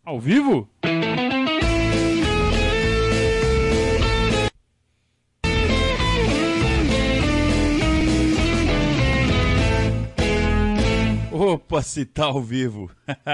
Ao vivo? Opa, se tá ao vivo.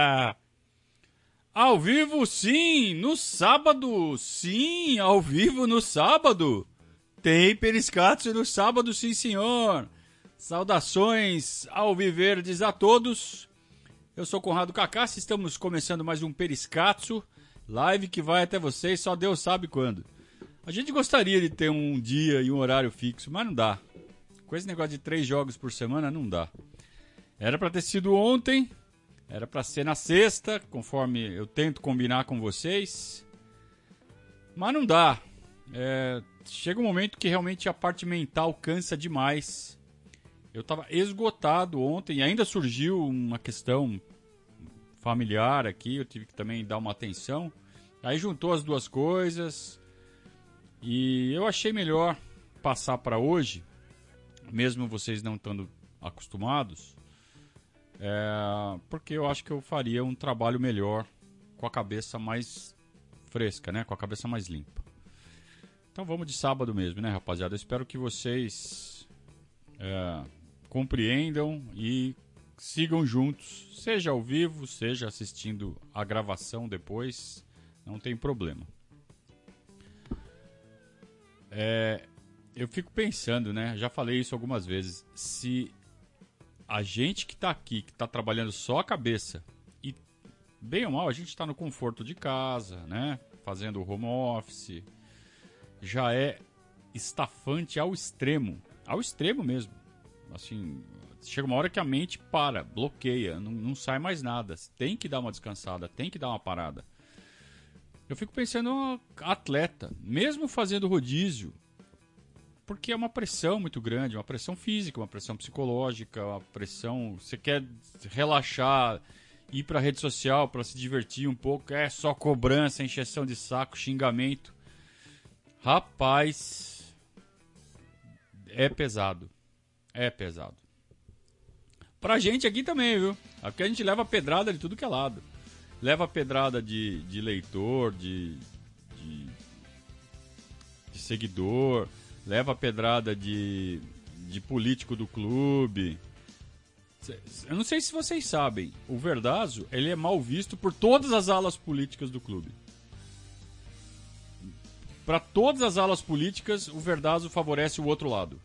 Ao vivo, sim, no sábado. Sim, ao vivo no sábado. Tem Periscatso no sábado, sim, senhor. Saudações alviverdes a todos. Eu sou Conrado Cacassi, estamos começando mais um Periscatso, live que vai até vocês, só Deus sabe quando. A gente gostaria de ter um dia e um horário fixo, mas não dá. Com esse negócio de 3 jogos por semana, não dá. Era para ter sido ontem, era para ser na sexta, conforme eu tento combinar com vocês, mas não dá. Chega um momento que realmente a parte mental cansa demais. Eu estava esgotado ontem e ainda surgiu uma questão familiar aqui, eu tive que também dar uma atenção. Aí juntou as duas coisas e eu achei melhor passar para hoje, mesmo vocês não estando acostumados, porque eu acho que eu faria um trabalho melhor com a cabeça mais fresca, né? Com a cabeça mais limpa. Então vamos de sábado mesmo, né, rapaziada? Eu espero que vocês compreendam e sigam juntos, seja ao vivo, seja assistindo a gravação depois, não tem problema. Eu fico pensando, né, já falei isso algumas vezes, se a gente que está aqui, que está trabalhando só a cabeça, e bem ou mal a gente está no conforto de casa, né, fazendo o home office, já é estafante ao extremo mesmo. Assim, chega uma hora que a mente para, bloqueia, não sai mais nada. Tem que dar uma descansada, tem que dar uma parada. Eu fico pensando em atleta, mesmo fazendo rodízio, porque é uma pressão muito grande, uma pressão física, uma pressão psicológica, uma pressão... Você quer relaxar, ir pra rede social para se divertir um pouco, é só cobrança, encheção de saco, xingamento. Rapaz, é pesado. É pesado. Pra gente aqui também, viu? Porque a gente leva pedrada de tudo que é lado. Leva pedrada de leitor, de seguidor, leva pedrada de político do clube. Eu não sei se vocês sabem, o Verdazo, ele é mal visto por todas as alas políticas do clube. Para todas as alas políticas, o Verdazo favorece o outro lado.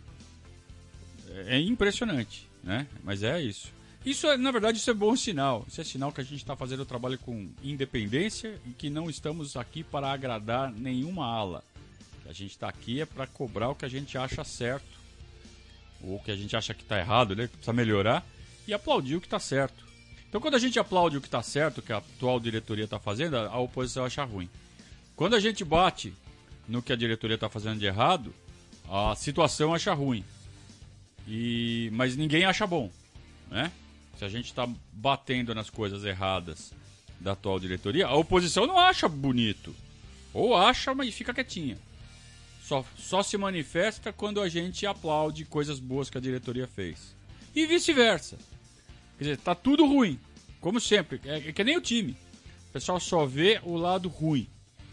É impressionante, né? Mas é isso. Na verdade, isso é bom sinal. Isso é sinal que a gente está fazendo o trabalho com independência e que não estamos aqui para agradar nenhuma ala. A gente está aqui para cobrar o que a gente acha certo, ou o que a gente acha que está errado, né? Que precisa melhorar, e aplaudir o que está certo. Então, quando a gente aplaude o que está certo, que a atual diretoria está fazendo, a oposição acha ruim. Quando a gente bate no que a diretoria está fazendo de errado, a situação acha ruim. Mas ninguém acha bom, né? Se a gente está batendo nas coisas erradas da atual diretoria, a oposição não acha bonito. Ou acha, mas fica quietinha. Só se manifesta quando a gente aplaude coisas boas que a diretoria fez. E vice-versa. Quer dizer, tá tudo ruim. Como sempre. É que nem o time. O pessoal só vê o lado ruim.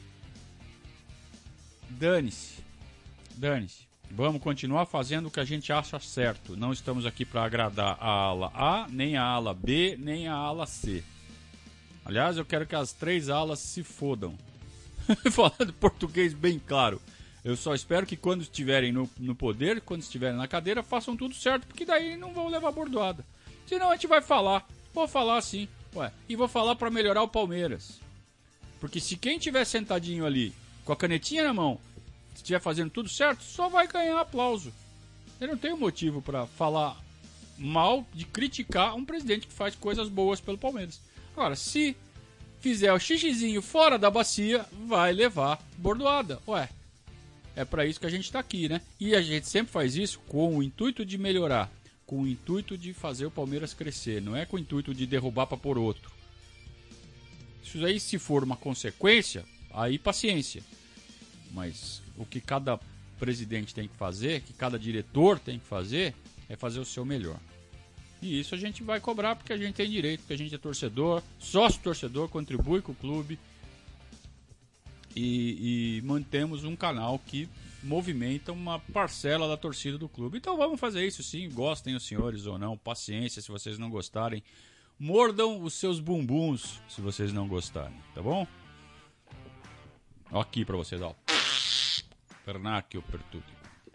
Dane-se. Vamos continuar fazendo o que a gente acha certo. Não estamos aqui para agradar a ala A, nem a ala B, nem a ala C. Aliás, eu quero que as 3 alas se fodam. Falando português bem claro. Eu só espero que quando estiverem no poder, quando estiverem na cadeira, façam tudo certo, porque daí não vão levar bordoada. Senão a gente vai falar. Vou falar sim. E vou falar para melhorar o Palmeiras. Porque se quem estiver sentadinho ali, com a canetinha na mão, se estiver fazendo tudo certo, só vai ganhar aplauso. Eu não tenho motivo para falar mal, de criticar um presidente que faz coisas boas pelo Palmeiras. Agora, se fizer o xixizinho fora da bacia, vai levar bordoada. É para isso que a gente está aqui, né? E a gente sempre faz isso com o intuito de melhorar, com o intuito de fazer o Palmeiras crescer, não é com o intuito de derrubar para pôr outro. Isso aí, se for uma consequência, aí paciência. Mas o que cada presidente tem que fazer, que cada diretor tem que fazer, é fazer o seu melhor. E isso a gente vai cobrar porque a gente tem direito, porque a gente é torcedor, sócio-torcedor, contribui com o clube e mantemos um canal que movimenta uma parcela da torcida do clube. Então vamos fazer isso sim, gostem os senhores ou não, paciência se vocês não gostarem. Mordam os seus bumbuns se vocês não gostarem, tá bom? Ó aqui pra vocês, ó. Pernacchio per tutti.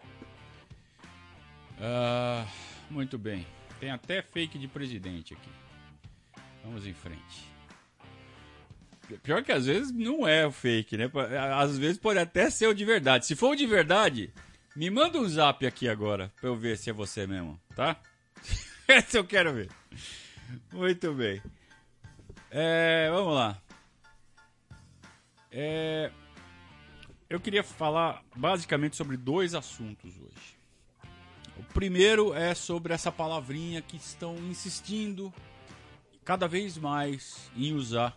Muito bem. Tem até fake de presidente aqui. Vamos em frente. Pior que às vezes não é o fake, né? Às vezes pode até ser o de verdade. Se for o de verdade, me manda um zap aqui agora pra eu ver se é você mesmo, tá? Esse eu quero ver. Muito bem. Vamos lá. Eu queria falar basicamente sobre 2 assuntos hoje. O primeiro é sobre essa palavrinha que estão insistindo cada vez mais em usar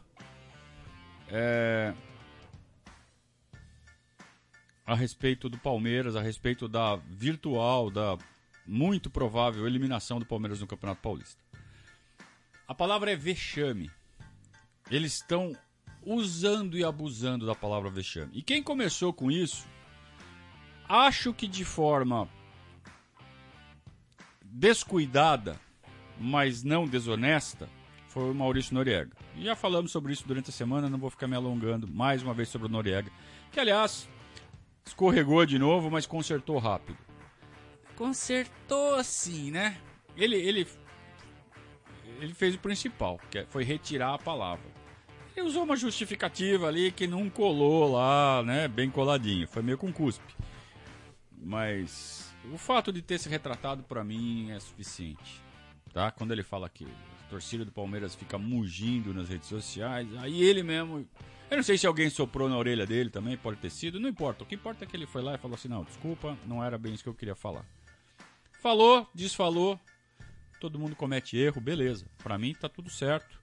a respeito do Palmeiras, a respeito da virtual, da muito provável eliminação do Palmeiras no Campeonato Paulista. A palavra é vexame. Eles estão usando e abusando da palavra vexame. E quem começou com isso, acho que de forma descuidada, mas não desonesta, foi o Maurício Noriega. E já falamos sobre isso durante a semana, não vou ficar me alongando mais uma vez sobre o Noriega, que aliás escorregou de novo, mas consertou rápido. Consertou assim, né? Ele fez o principal, que foi retirar a palavra. Ele usou uma justificativa ali que não colou lá, né? Bem coladinho, foi meio com cuspe. Mas o fato de ter se retratado pra mim é suficiente, tá? Quando ele fala que a torcida do Palmeiras fica mugindo nas redes sociais, aí ele mesmo... Eu não sei se alguém soprou na orelha dele também, pode ter sido, não importa. O que importa é que ele foi lá e falou assim, não, desculpa, não era bem isso que eu queria falar. Falou, desfalou, todo mundo comete erro, beleza. Pra mim tá tudo certo.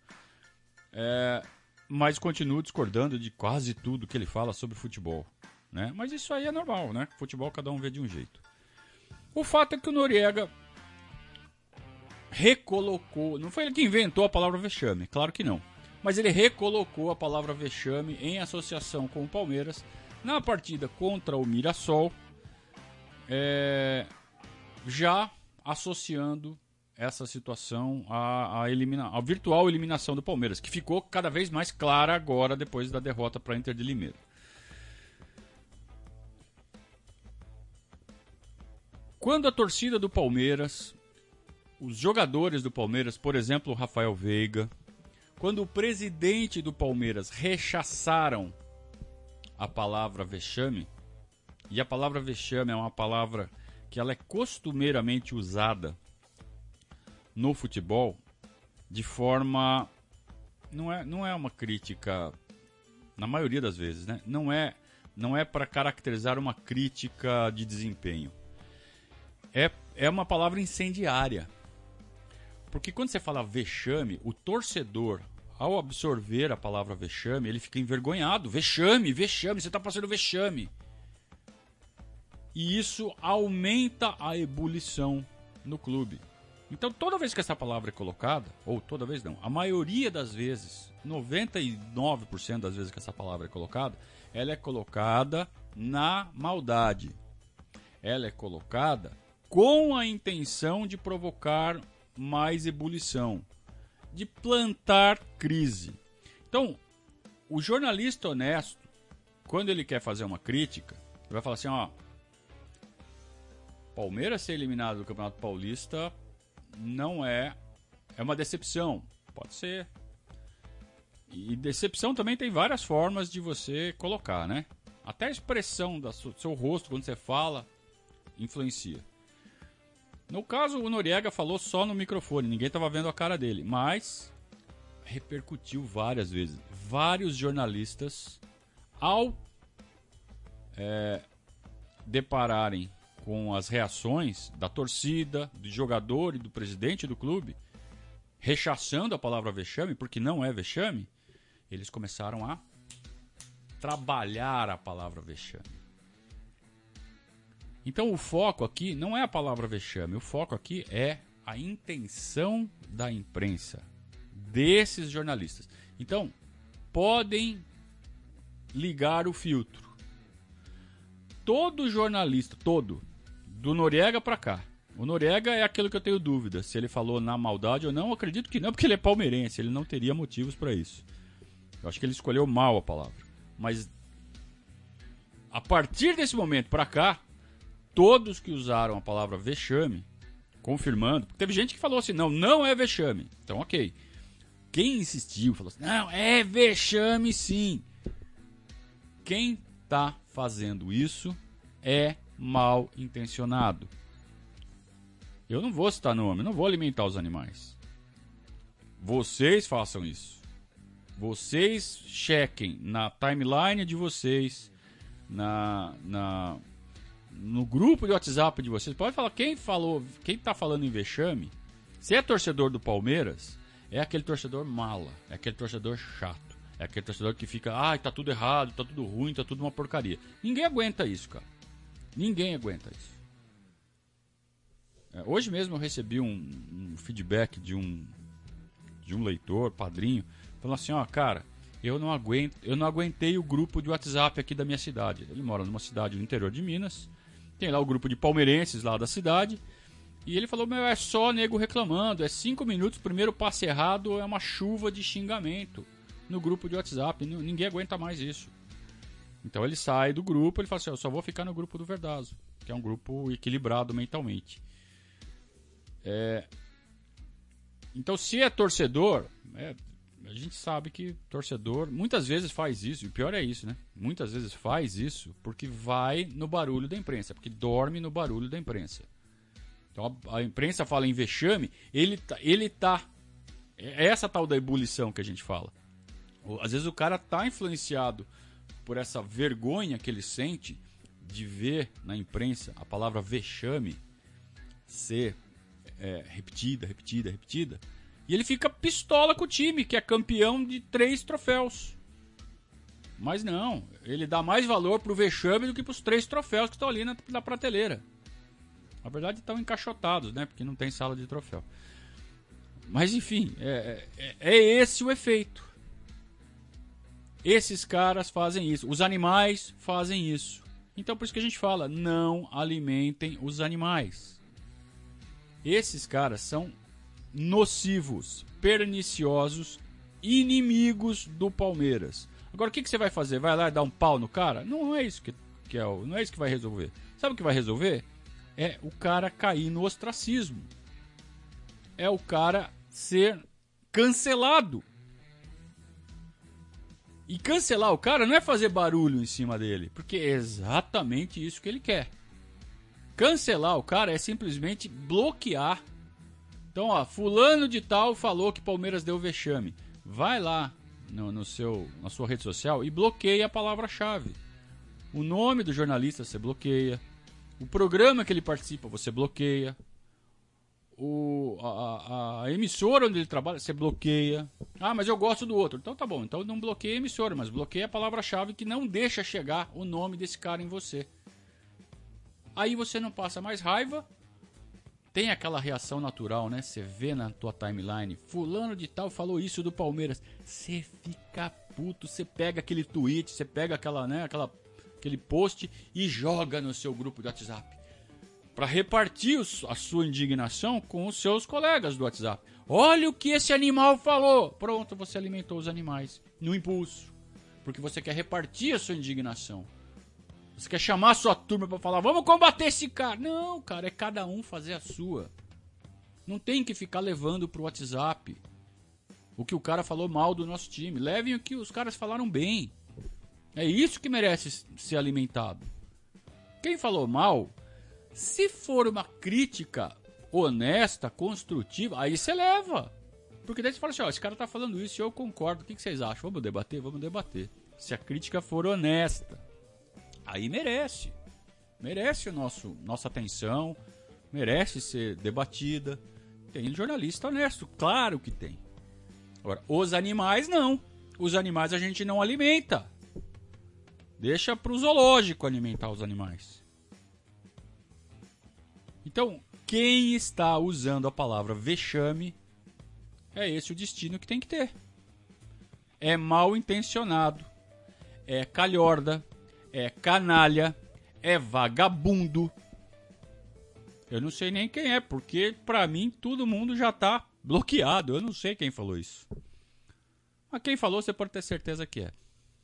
Mas continuo discordando de quase tudo que ele fala sobre futebol, né? Mas isso aí é normal, né? Futebol cada um vê de um jeito. O fato é que o Noriega recolocou, não foi ele que inventou a palavra vexame, claro que não, mas ele recolocou a palavra vexame em associação com o Palmeiras na partida contra o Mirassol, já associando essa situação à virtual eliminação do Palmeiras, que ficou cada vez mais clara agora depois da derrota para a Inter de Limeira. Quando a torcida do Palmeiras, os jogadores do Palmeiras, por exemplo, o Rafael Veiga, quando o presidente do Palmeiras rechaçaram a palavra vexame, e a palavra vexame é uma palavra que ela é costumeiramente usada no futebol de forma... Não é uma crítica, na maioria das vezes, né? Não é para caracterizar uma crítica de desempenho. É uma palavra incendiária. Porque quando você fala vexame, o torcedor, ao absorver a palavra vexame, ele fica envergonhado. Vexame, vexame, você está passando vexame. E isso aumenta a ebulição no clube. Então toda vez que essa palavra é colocada, ou toda vez não, a maioria das vezes, 99% das vezes que essa palavra é colocada, ela é colocada na maldade. Ela é colocada com a intenção de provocar mais ebulição, de plantar crise. Então, o jornalista honesto, quando ele quer fazer uma crítica, ele vai falar assim, ó, Palmeiras ser eliminado do Campeonato Paulista não é uma decepção, pode ser. E decepção também tem várias formas de você colocar, né? Até a expressão do seu rosto quando você fala influencia. No caso, o Noriega falou só no microfone, ninguém estava vendo a cara dele, mas repercutiu várias vezes. Vários jornalistas, ao depararem com as reações da torcida, do jogador e do presidente do clube, rechaçando a palavra vexame, porque não é vexame, eles começaram a trabalhar a palavra vexame. Então o foco aqui não é a palavra vexame, o foco aqui é a intenção da imprensa, desses jornalistas. Então, podem ligar o filtro. Todo jornalista, do Noriega pra cá. O Noriega é aquilo que eu tenho dúvida, se ele falou na maldade ou não. Eu acredito que não, porque ele é palmeirense, ele não teria motivos pra isso. Eu acho que ele escolheu mal a palavra. Mas, a partir desse momento pra cá, todos que usaram a palavra vexame, confirmando, porque teve gente que falou assim, não é vexame. Então, ok. Quem insistiu, falou assim, não, é vexame sim. Quem tá fazendo isso é mal intencionado. Eu não vou citar nome, não vou alimentar os animais. Vocês façam isso. Vocês chequem na timeline de vocês, no grupo de WhatsApp de vocês. Pode falar quem tá falando em vexame. Se é torcedor do Palmeiras, é aquele torcedor mala, é aquele torcedor chato. É aquele torcedor que fica, tá tudo errado, tá tudo ruim, tá tudo uma porcaria. Ninguém aguenta isso, cara. Ninguém aguenta isso. Hoje mesmo eu recebi um feedback de um leitor, padrinho, falando assim, cara, eu não aguentei o grupo de WhatsApp aqui da minha cidade. Ele mora numa cidade do interior de Minas, tem lá o grupo de palmeirenses lá da cidade, e ele falou, é só nego reclamando, é 5 minutos, primeiro passe errado, é uma chuva de xingamento no grupo de WhatsApp, ninguém aguenta mais isso. Então ele sai do grupo, ele fala assim, eu só vou ficar no grupo do Verdazo, que é um grupo equilibrado mentalmente. Então se é torcedor, a gente sabe que torcedor muitas vezes faz isso, e o pior é isso, né? Muitas vezes faz isso porque vai no barulho da imprensa, porque dorme no barulho da imprensa. Então a imprensa fala em vexame, ele tá é essa tal da ebulição que a gente fala. Às vezes o cara tá influenciado por essa vergonha que ele sente de ver na imprensa a palavra vexame ser repetida, e ele fica pistola com o time, que é campeão de 3 troféus. Mas não, ele dá mais valor pro vexame do que pros 3 troféus que estão ali na prateleira. Na verdade estão encaixotados, né? Porque não tem sala de troféu. Mas enfim, é esse o efeito. Esses caras fazem isso. Os animais fazem isso. Então por isso que a gente fala, não alimentem os animais. Esses caras são nocivos, perniciosos, inimigos do Palmeiras. Agora o que você vai fazer? Vai lá e dar um pau no cara? Não é isso não é isso que vai resolver. Sabe o que vai resolver? É o cara cair no ostracismo. É o cara ser cancelado. E cancelar o cara não é fazer barulho em cima dele, porque é exatamente isso que ele quer. Cancelar o cara é simplesmente bloquear. Então, fulano de tal falou que Palmeiras deu vexame. Vai lá na sua rede social e bloqueia a palavra-chave. O nome do jornalista você bloqueia. O programa que ele participa você bloqueia. A emissora onde ele trabalha você bloqueia. Mas eu gosto do outro. Então tá bom, então não bloqueia a emissora, mas bloqueia a palavra-chave que não deixa chegar o nome desse cara em você. Aí você não passa mais raiva. Tem aquela reação natural, né? Você vê na tua timeline, fulano de tal falou isso do Palmeiras. Você fica puto, você pega aquele tweet, você pega aquele post e joga no seu grupo de WhatsApp. Para repartir a sua indignação com os seus colegas do WhatsApp. Olha o que esse animal falou. Pronto, você alimentou os animais no impulso. Porque você quer repartir a sua indignação. Você quer chamar a sua turma para falar, vamos combater esse cara. Não, cara, é cada um fazer a sua. Não tem que ficar levando pro WhatsApp o que o cara falou mal do nosso time. Levem o que os caras falaram bem. É isso que merece ser alimentado. Quem falou mal, se for uma crítica honesta, construtiva, aí você leva. Porque daí você fala assim, esse cara tá falando isso e eu concordo. O que vocês acham? Vamos debater? Vamos debater. Se a crítica for honesta. Aí merece nossa atenção, merece ser debatida. Tem jornalista honesto, claro que tem. Agora, os animais não. Os animais a gente não alimenta. Deixa pro zoológico alimentar os animais. Então, quem está usando a palavra vexame, é esse o destino que tem que ter. É mal intencionado, é calhorda, é canalha, é vagabundo. Eu não sei nem quem é, porque pra mim todo mundo já tá bloqueado. Eu não sei quem falou isso. Mas quem falou, você pode ter certeza que é.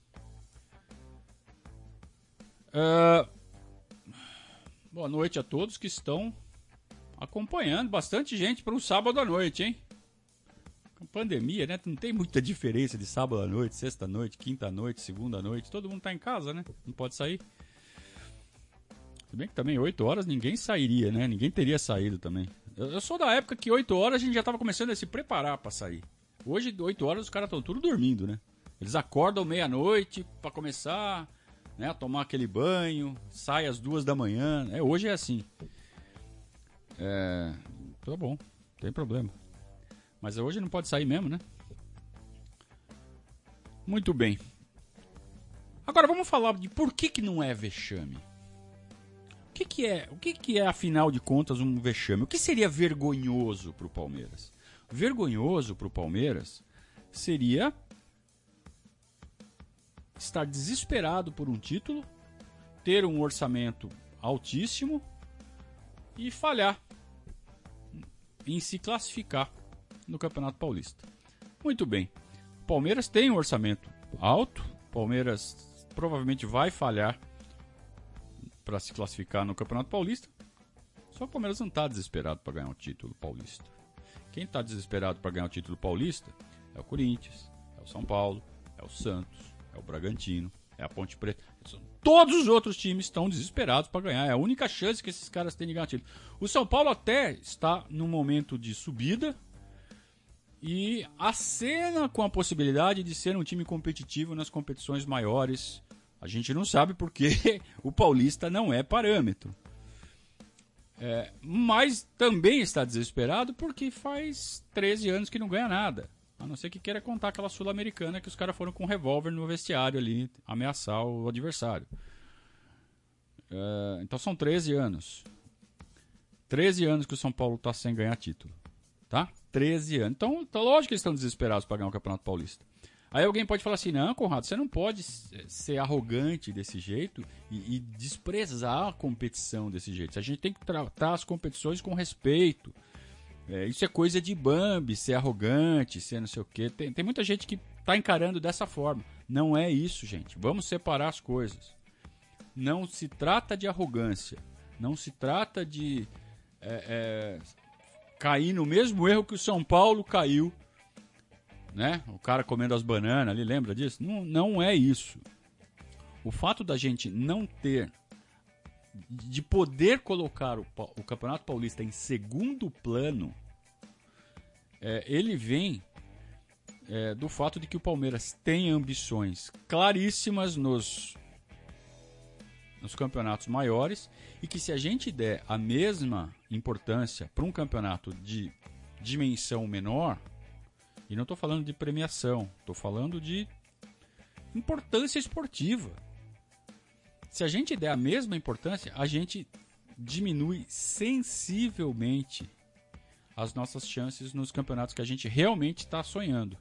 Boa noite a todos que estão acompanhando. Bastante gente para um sábado à noite, hein? Com pandemia, né? Não tem muita diferença de sábado à noite, sexta à noite, quinta à noite, segunda à noite. Todo mundo tá em casa, né? Não pode sair. Se bem que também 8 horas ninguém sairia, né? Ninguém teria saído também. Eu sou da época que 8 horas a gente já tava começando a se preparar para sair. Hoje, 8 horas, os caras estão tudo dormindo, né? Eles acordam meia-noite para começar, né, a tomar aquele banho, sai às 2 da manhã. Hoje é assim. Tá bom, não tem problema. Mas hoje não pode sair mesmo, né? Muito bem. Agora vamos falar de por que não é vexame. O que é, afinal de contas, um vexame? O que seria vergonhoso para o Palmeiras? Vergonhoso para o Palmeiras seria estar desesperado por um título, ter um orçamento altíssimo e falhar em se classificar no Campeonato Paulista. Muito bem. O Palmeiras tem um orçamento alto, o Palmeiras provavelmente vai falhar para se classificar no Campeonato Paulista. Só que o Palmeiras não está desesperado para ganhar o título paulista. Quem está desesperado para ganhar o título paulista é o Corinthians, é o São Paulo, é o Santos, é o Bragantino, é a Ponte Preta. Todos os outros times estão desesperados para ganhar. É a única chance que esses caras têm de ganhar o título. O São Paulo até está num momento de subida e acena com a possibilidade de ser um time competitivo nas competições maiores. A gente não sabe porque o Paulista não é parâmetro. Mas também está desesperado porque faz 13 anos que não ganha nada. A não ser que queira contar aquela Sul-Americana que os caras foram com um revólver no vestiário ali, ameaçar o adversário. Então são 13 anos. 13 anos que o São Paulo está sem ganhar título. Tá? 13 anos. Então lógico que eles estão desesperados para ganhar o Campeonato Paulista. Aí alguém pode falar assim, não, Conrado, você não pode ser arrogante desse jeito e desprezar a competição desse jeito. A gente tem que tratar as competições com respeito. Isso é coisa de Bambi, ser arrogante, ser não sei o quê. Tem muita gente que está encarando dessa forma. Não é isso, gente. Vamos separar as coisas. Não se trata de arrogância. Não se trata de cair no mesmo erro que o São Paulo caiu. Né? O cara comendo as bananas ali, lembra disso? Não é isso. O fato da gente não ter, de poder colocar o Campeonato Paulista em segundo plano, ele vem do fato de que o Palmeiras tem ambições claríssimas nos campeonatos maiores e que se a gente der a mesma importância para um campeonato de dimensão menor, e não estou falando de premiação, estou falando de importância esportiva. Se a gente der a mesma importância, a gente diminui sensivelmente as nossas chances nos campeonatos que a gente realmente está sonhando.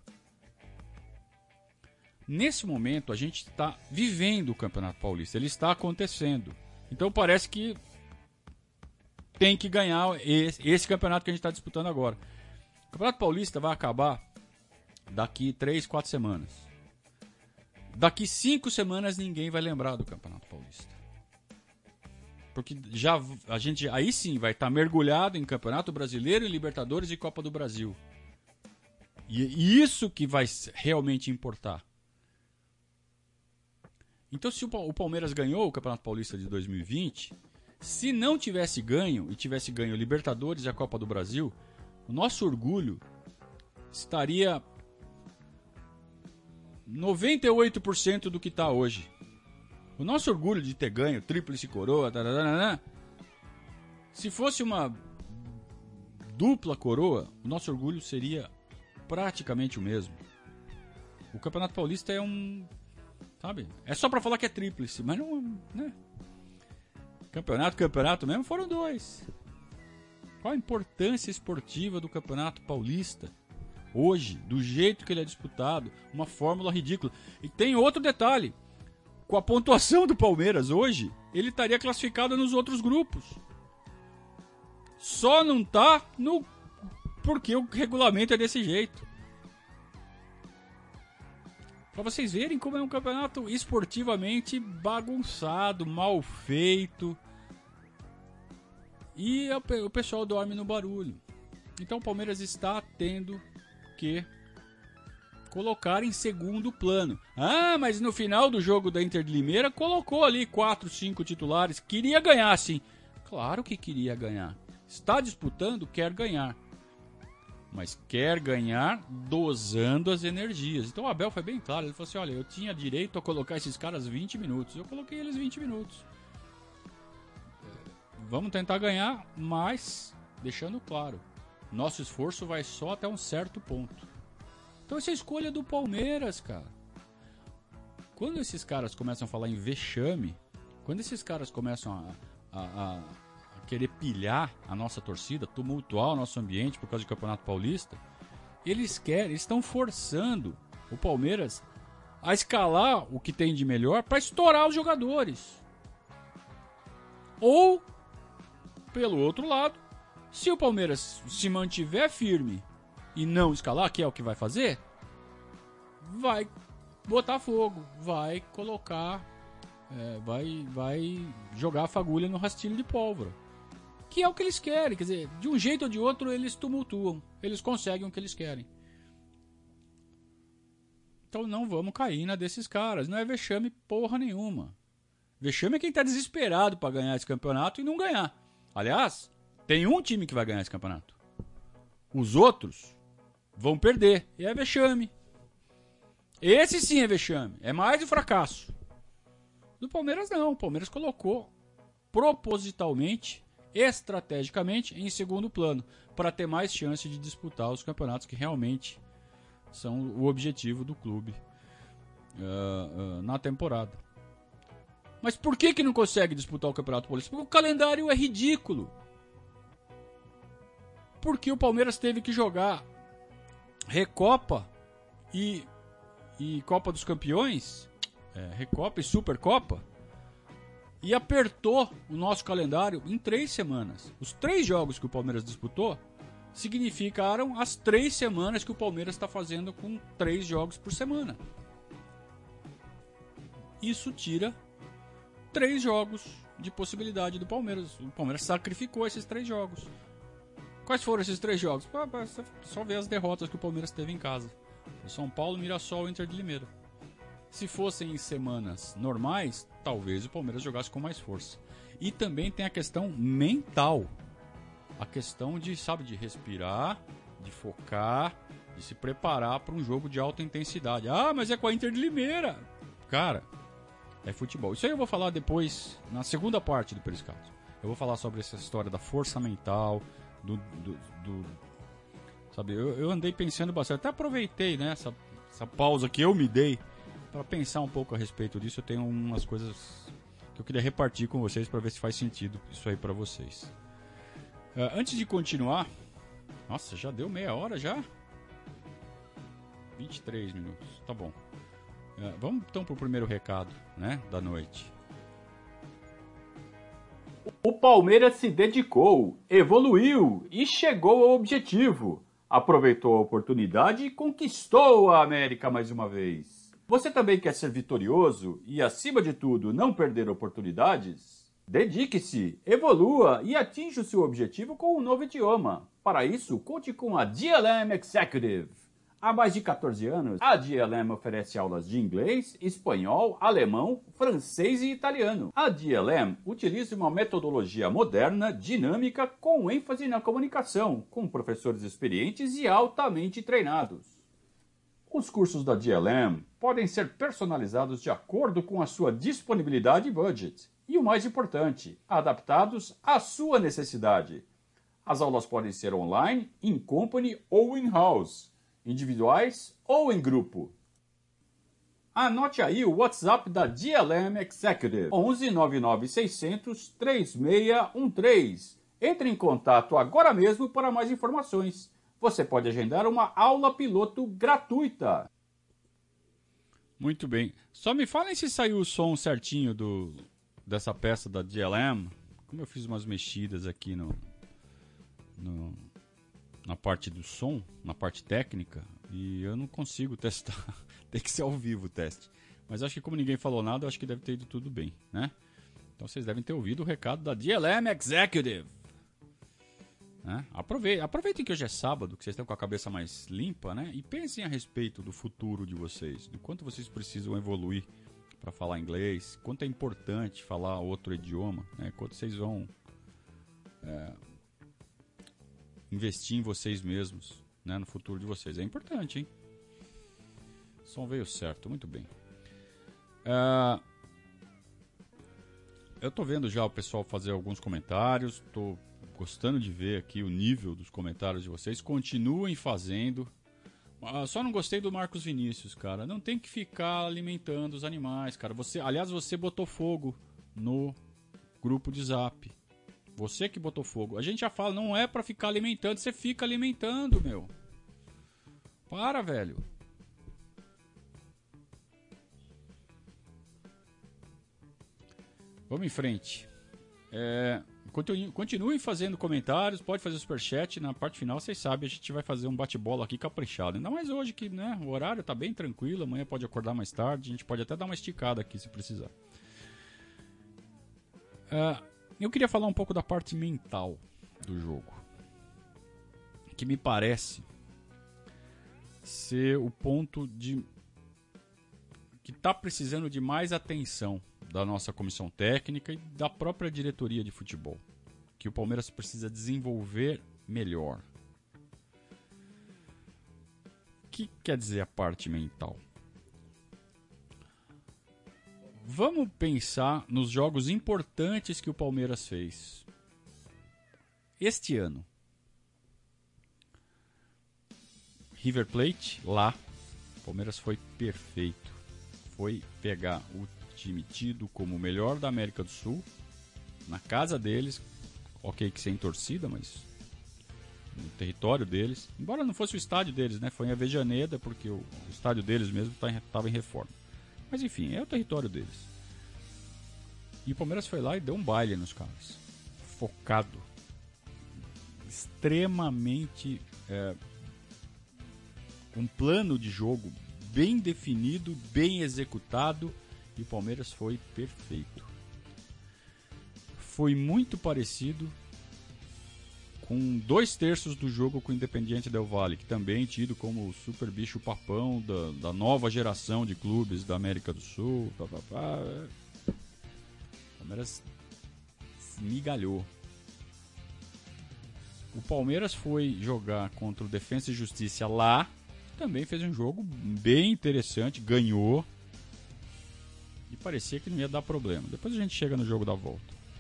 Nesse momento, a gente está vivendo o Campeonato Paulista, ele está acontecendo. Então parece que tem que ganhar esse campeonato que a gente está disputando agora. O Campeonato Paulista vai acabar daqui 3, 4 semanas. Daqui 5 semanas ninguém vai lembrar do Campeonato Paulista. Porque já a gente aí sim vai estar mergulhado em Campeonato Brasileiro, Libertadores e Copa do Brasil. E isso que vai realmente importar. Então se o Palmeiras ganhou o Campeonato Paulista de 2020, se não tivesse ganho e tivesse ganho Libertadores e a Copa do Brasil, o nosso orgulho estaria 98% do que está hoje. O nosso orgulho de ter ganho tríplice coroa, se fosse uma dupla coroa, o nosso orgulho seria praticamente o mesmo. O Campeonato Paulista é sabe? É só para falar que é tríplice, mas não, né? Campeonato mesmo foram 2. Qual a importância esportiva do Campeonato Paulista? Hoje, do jeito que ele é disputado, uma fórmula ridícula. E tem outro detalhe. Com a pontuação do Palmeiras hoje, ele estaria classificado nos outros grupos. Só não tá porque o regulamento é desse jeito. Para vocês verem como é um campeonato esportivamente bagunçado, mal feito. E o pessoal dorme no barulho. Então o Palmeiras está tendo que colocar em segundo plano. Ah, mas no final do jogo da Inter de Limeira colocou ali 4, 5 titulares. Queria ganhar, sim. Claro que queria ganhar. Está disputando, quer ganhar. Mas quer ganhar dosando as energias. Então o Abel foi bem claro. Ele falou assim, olha, eu tinha direito a colocar esses caras 20 minutos. Eu coloquei eles 20 minutos. Vamos tentar ganhar, mas deixando claro. Nosso esforço vai só até um certo ponto. Então essa é a escolha do Palmeiras, cara. Quando esses caras começam a falar em vexame, quando esses caras começam a querer pilhar a nossa torcida, tumultuar o nosso ambiente por causa do Campeonato Paulista, eles estão forçando o Palmeiras a escalar o que tem de melhor para estourar os jogadores. Ou, pelo outro lado, se o Palmeiras se mantiver firme e não escalar, que é o que vai fazer, vai botar fogo, vai colocar, vai jogar a fagulha no rastilho de pólvora. Que é o que eles querem, quer dizer, de um jeito ou de outro eles tumultuam, eles conseguem o que eles querem. Então não vamos cair na desses caras, não é vexame porra nenhuma. Vexame é quem está desesperado para ganhar esse campeonato e não ganhar. Aliás, tem um time que vai ganhar esse campeonato. Os outros vão perder, e é vexame. Esse sim é vexame, é mais um fracasso. Do Palmeiras não, o Palmeiras colocou propositalmente, estrategicamente em segundo plano, para ter mais chance de disputar os campeonatos que realmente são o objetivo do clube na temporada. Mas por que não consegue disputar o Campeonato Paulista? Porque o calendário é ridículo. Porque o Palmeiras teve que jogar Recopa e Copa dos Campeões, Recopa e Supercopa, e apertou o nosso calendário em 3 semanas. Os 3 jogos que o Palmeiras disputou significaram as 3 semanas que o Palmeiras está fazendo com 3 jogos por semana. Isso tira 3 jogos de possibilidade do Palmeiras. O Palmeiras sacrificou esses 3 jogos. Quais foram esses 3 jogos? Só ver as derrotas que o Palmeiras teve em casa. São Paulo, Mirassol e Inter de Limeira. Se fossem em semanas normais, talvez o Palmeiras jogasse com mais força. E também tem a questão mental. A questão de respirar, de focar, de se preparar para um jogo de alta intensidade. Ah, mas é com a Inter de Limeira. Cara, é futebol. Isso aí eu vou falar depois, na segunda parte do Periscato. Eu vou falar sobre essa história da força mental, sabe, eu andei pensando bastante. Até aproveitei, né, essa pausa que eu me dei para pensar um pouco a respeito disso. Eu tenho umas coisas que eu queria repartir com vocês para ver se faz sentido isso aí para vocês. Antes de continuar, nossa, já deu meia hora já? 23 minutos, tá bom. Vamos então pro primeiro recado, né, da noite. O Palmeiras se dedicou, evoluiu e chegou ao objetivo. Aproveitou a oportunidade e conquistou a América mais uma vez. Você também quer ser vitorioso e, acima de tudo, não perder oportunidades? Dedique-se, evolua e atinja o seu objetivo com um novo idioma. Para isso, conte com a DLM Executive. Há mais de 14 anos, a DLM oferece aulas de inglês, espanhol, alemão, francês e italiano. A DLM utiliza uma metodologia moderna, dinâmica, com ênfase na comunicação, com professores experientes e altamente treinados. Os cursos da DLM podem ser personalizados de acordo com a sua disponibilidade e budget. E o mais importante, adaptados à sua necessidade. As aulas podem ser online, in company ou in-house, individuais ou em grupo. Anote aí o WhatsApp da DLM Executive, 11 99 600 3613, Entre em contato agora mesmo para mais informações. Você pode agendar uma aula piloto gratuita. Muito bem. Só me falem se saiu o som certinho dessa peça da DLM. Como eu fiz umas mexidas aqui na parte do som, na parte técnica, e eu não consigo testar. Tem que ser ao vivo o teste. Mas acho que como ninguém falou nada, eu acho que deve ter ido tudo bem, né? Então vocês devem ter ouvido o recado da DLM Executive. Né? Aproveitem que hoje é sábado, que vocês estão com a cabeça mais limpa, né? E pensem a respeito do futuro de vocês, do quanto vocês precisam evoluir para falar inglês, quanto é importante falar outro idioma, né? Quanto vocês vão investir em vocês mesmos, né? No futuro de vocês. É importante, hein? O som veio certo, muito bem. Eu tô vendo já o pessoal fazer alguns comentários, tô gostando de ver aqui o nível dos comentários de vocês. Continuem fazendo. Só não gostei do Marcos Vinícius, cara. Não tem que ficar alimentando os animais, cara. Aliás, você botou fogo no grupo de Zap. Você que botou fogo. A gente já fala, não é pra ficar alimentando. Você fica alimentando, meu. Para, velho. Vamos em frente. Continuem fazendo comentários, pode fazer superchat. Na parte final, vocês sabem, a gente vai fazer um bate-bola aqui caprichado. Ainda mais hoje que, né, o horário tá bem tranquilo. Amanhã pode acordar mais tarde. A gente pode até dar uma esticada aqui se precisar. Eu queria falar um pouco da parte mental do jogo, que me parece ser o ponto que tá precisando de mais atenção da nossa comissão técnica e da própria diretoria de futebol, que o Palmeiras precisa desenvolver melhor. O que quer dizer a parte mental? Vamos pensar nos jogos importantes que o Palmeiras fez este ano. River Plate, lá, o Palmeiras foi perfeito. Foi pegar o time tido como o melhor da América do Sul, na casa deles, ok que sem torcida, mas no território deles, embora não fosse o estádio deles, né? Foi em Avejaneda, porque o estádio deles mesmo estava em reforma. Mas enfim, é o território deles. E o Palmeiras foi lá e deu um baile nos caras. Focado. Extremamente um plano de jogo bem definido, bem executado, e o Palmeiras foi perfeito. Foi muito parecido com 2/3 do jogo com o Independiente Del Valle, que também é tido como o super bicho papão da nova geração de clubes da América do Sul. O Palmeiras se migalhou. O Palmeiras foi jogar contra o Defensa e Justiça lá, também fez um jogo bem interessante, ganhou. E parecia que não ia dar problema. Depois a gente chega no jogo da volta.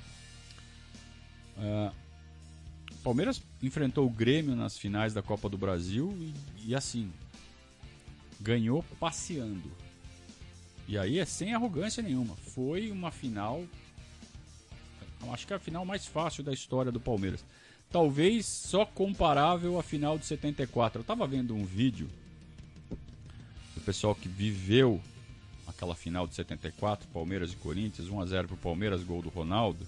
O Palmeiras enfrentou o Grêmio nas finais da Copa do Brasil e assim, ganhou passeando. E aí é sem arrogância nenhuma. Foi uma final, acho que é a final mais fácil da história do Palmeiras. Talvez só comparável à final de 74. Eu estava vendo um vídeo do pessoal que viveu aquela final de 74, Palmeiras e Corinthians, 1-0 pro Palmeiras, gol do Ronaldo.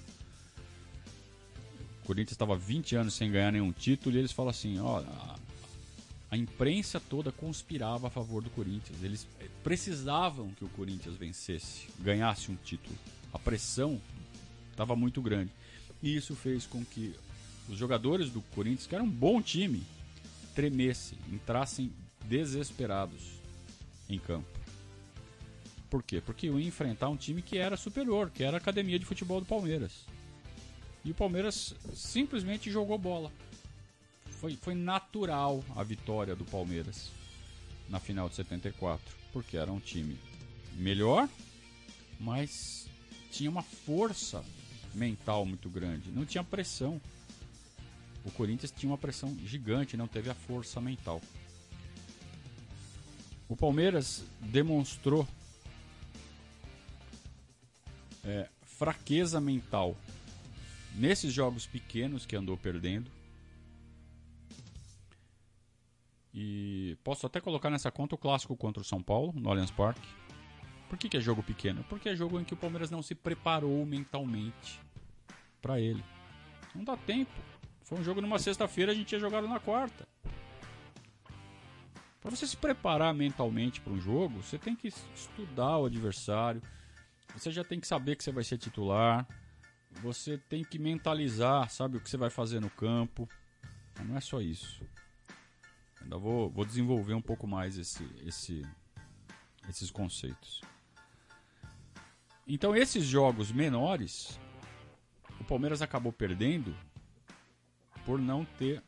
O Corinthians estava 20 anos sem ganhar nenhum título e eles falam assim, ó, a imprensa toda conspirava a favor do Corinthians. Eles precisavam que o Corinthians vencesse, ganhasse um título. A pressão estava muito grande. E isso fez com que os jogadores do Corinthians, que era um bom time, tremessem, entrassem desesperados em campo. Por quê? Porque iam enfrentar um time que era superior, que era a academia de futebol do Palmeiras. E o Palmeiras simplesmente jogou bola. Foi natural a vitória do Palmeiras na final de 74, porque era um time melhor, mas tinha uma força mental muito grande, não tinha pressão. O Corinthians tinha uma pressão gigante, não teve a força mental. O Palmeiras demonstrou fraqueza mental nesses jogos pequenos que andou perdendo. E posso até colocar nessa conta o clássico contra o São Paulo, no Allianz Parque. Por que é jogo pequeno? Porque é jogo em que o Palmeiras não se preparou mentalmente para ele. Não dá tempo. Foi um jogo numa sexta-feira, a gente tinha jogado na quarta. Para você se preparar mentalmente para um jogo, você tem que estudar o adversário. Você já tem que saber que você vai ser titular. Você tem que mentalizar, sabe, o que você vai fazer no campo. Mas não é só isso. Ainda vou desenvolver um pouco mais esses conceitos. Então, esses jogos menores, o Palmeiras acabou perdendo por não ter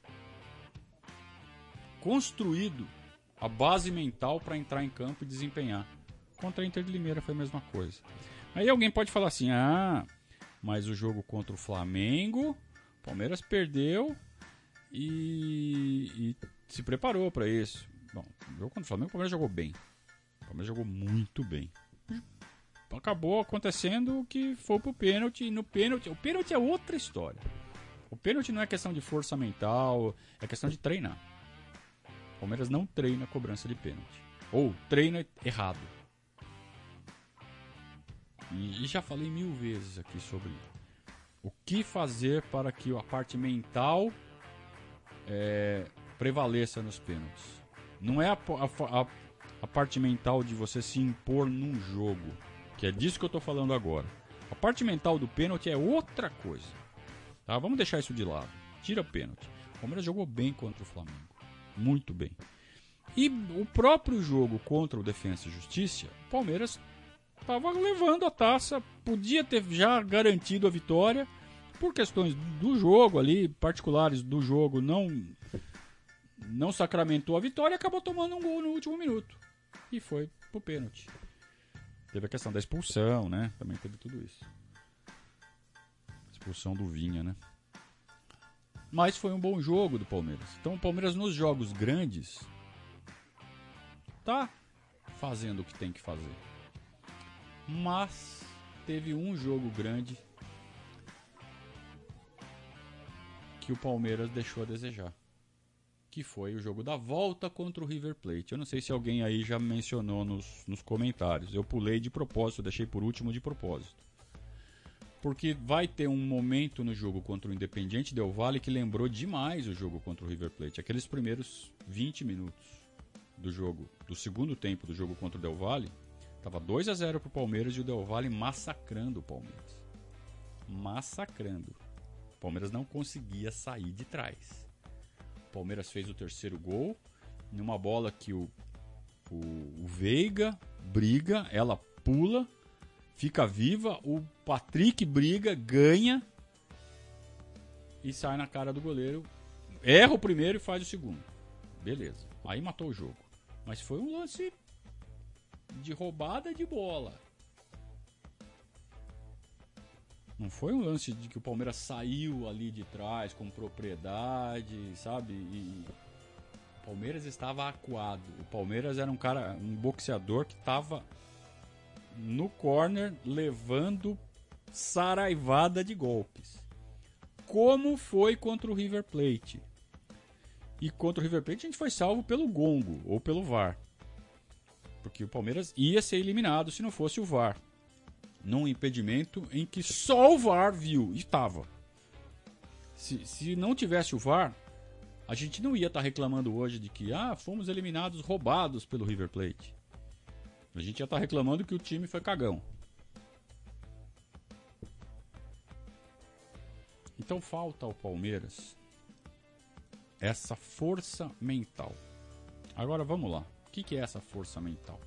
construído a base mental para entrar em campo e desempenhar. Contra a Inter de Limeira foi a mesma coisa. Aí alguém pode falar assim, mas o jogo contra o Flamengo, o Palmeiras perdeu e se preparou para isso. Bom, o jogo contra o Flamengo, o Palmeiras jogou bem. O Palmeiras jogou muito bem. Acabou acontecendo que foi pro pênalti. E no pênalti, o pênalti é outra história. O pênalti não é questão de força mental, é questão de treinar. O Palmeiras não treina a cobrança de pênalti. Ou treina errado. E já falei 1000 vezes aqui sobre o que fazer para que a parte mental prevaleça nos pênaltis. Não é a parte mental de você se impor num jogo, que é disso que eu estou falando agora. A parte mental do pênalti é outra coisa. Tá? Vamos deixar isso de lado. Tira o pênalti. O Palmeiras jogou bem contra o Flamengo. Muito bem. E o próprio jogo contra o Defensa e Justiça, o Palmeiras estava levando a taça, podia ter já garantido a vitória, por questões do jogo ali, particulares do jogo, não sacramentou a vitória e acabou tomando um gol no último minuto. E foi pro pênalti. Teve a questão da expulsão, né? Também teve tudo isso. Expulsão do Vinha, né? Mas foi um bom jogo do Palmeiras. Então o Palmeiras nos jogos grandes tá fazendo o que tem que fazer. Mas teve um jogo grande que o Palmeiras deixou a desejar. Que foi o jogo da volta contra o River Plate. Eu não sei se alguém aí já mencionou nos comentários. Eu pulei de propósito, deixei por último de propósito. Porque vai ter um momento no jogo contra o Independiente Del Valle que lembrou demais o jogo contra o River Plate. Aqueles primeiros 20 minutos do jogo, do segundo tempo do jogo contra o Del Valle, estava 2-0 pro Palmeiras e o Del Valle massacrando o Palmeiras. Massacrando. O Palmeiras não conseguia sair de trás. O Palmeiras fez o terceiro gol numa bola que o Veiga briga, ela pula, fica viva, o Patrick briga, ganha e sai na cara do goleiro. Erra o primeiro e faz o segundo. Beleza. Aí matou o jogo. Mas foi um lance de roubada de bola. Não foi um lance de que o Palmeiras saiu ali de trás com propriedade, sabe? E o Palmeiras estava acuado. O Palmeiras era um boxeador que estava no corner levando saraivada de golpes. Como foi contra o River Plate. E contra o River Plate a gente foi salvo pelo gongo ou pelo VAR. Porque o Palmeiras ia ser eliminado se não fosse o VAR. Num impedimento em que só o VAR viu. E estava. Se não tivesse o VAR, a gente não ia estar reclamando hoje de que fomos eliminados roubados pelo River Plate. A gente ia estar reclamando que o time foi cagão. Então falta ao Palmeiras essa força mental. Agora vamos lá. O que é essa força mental?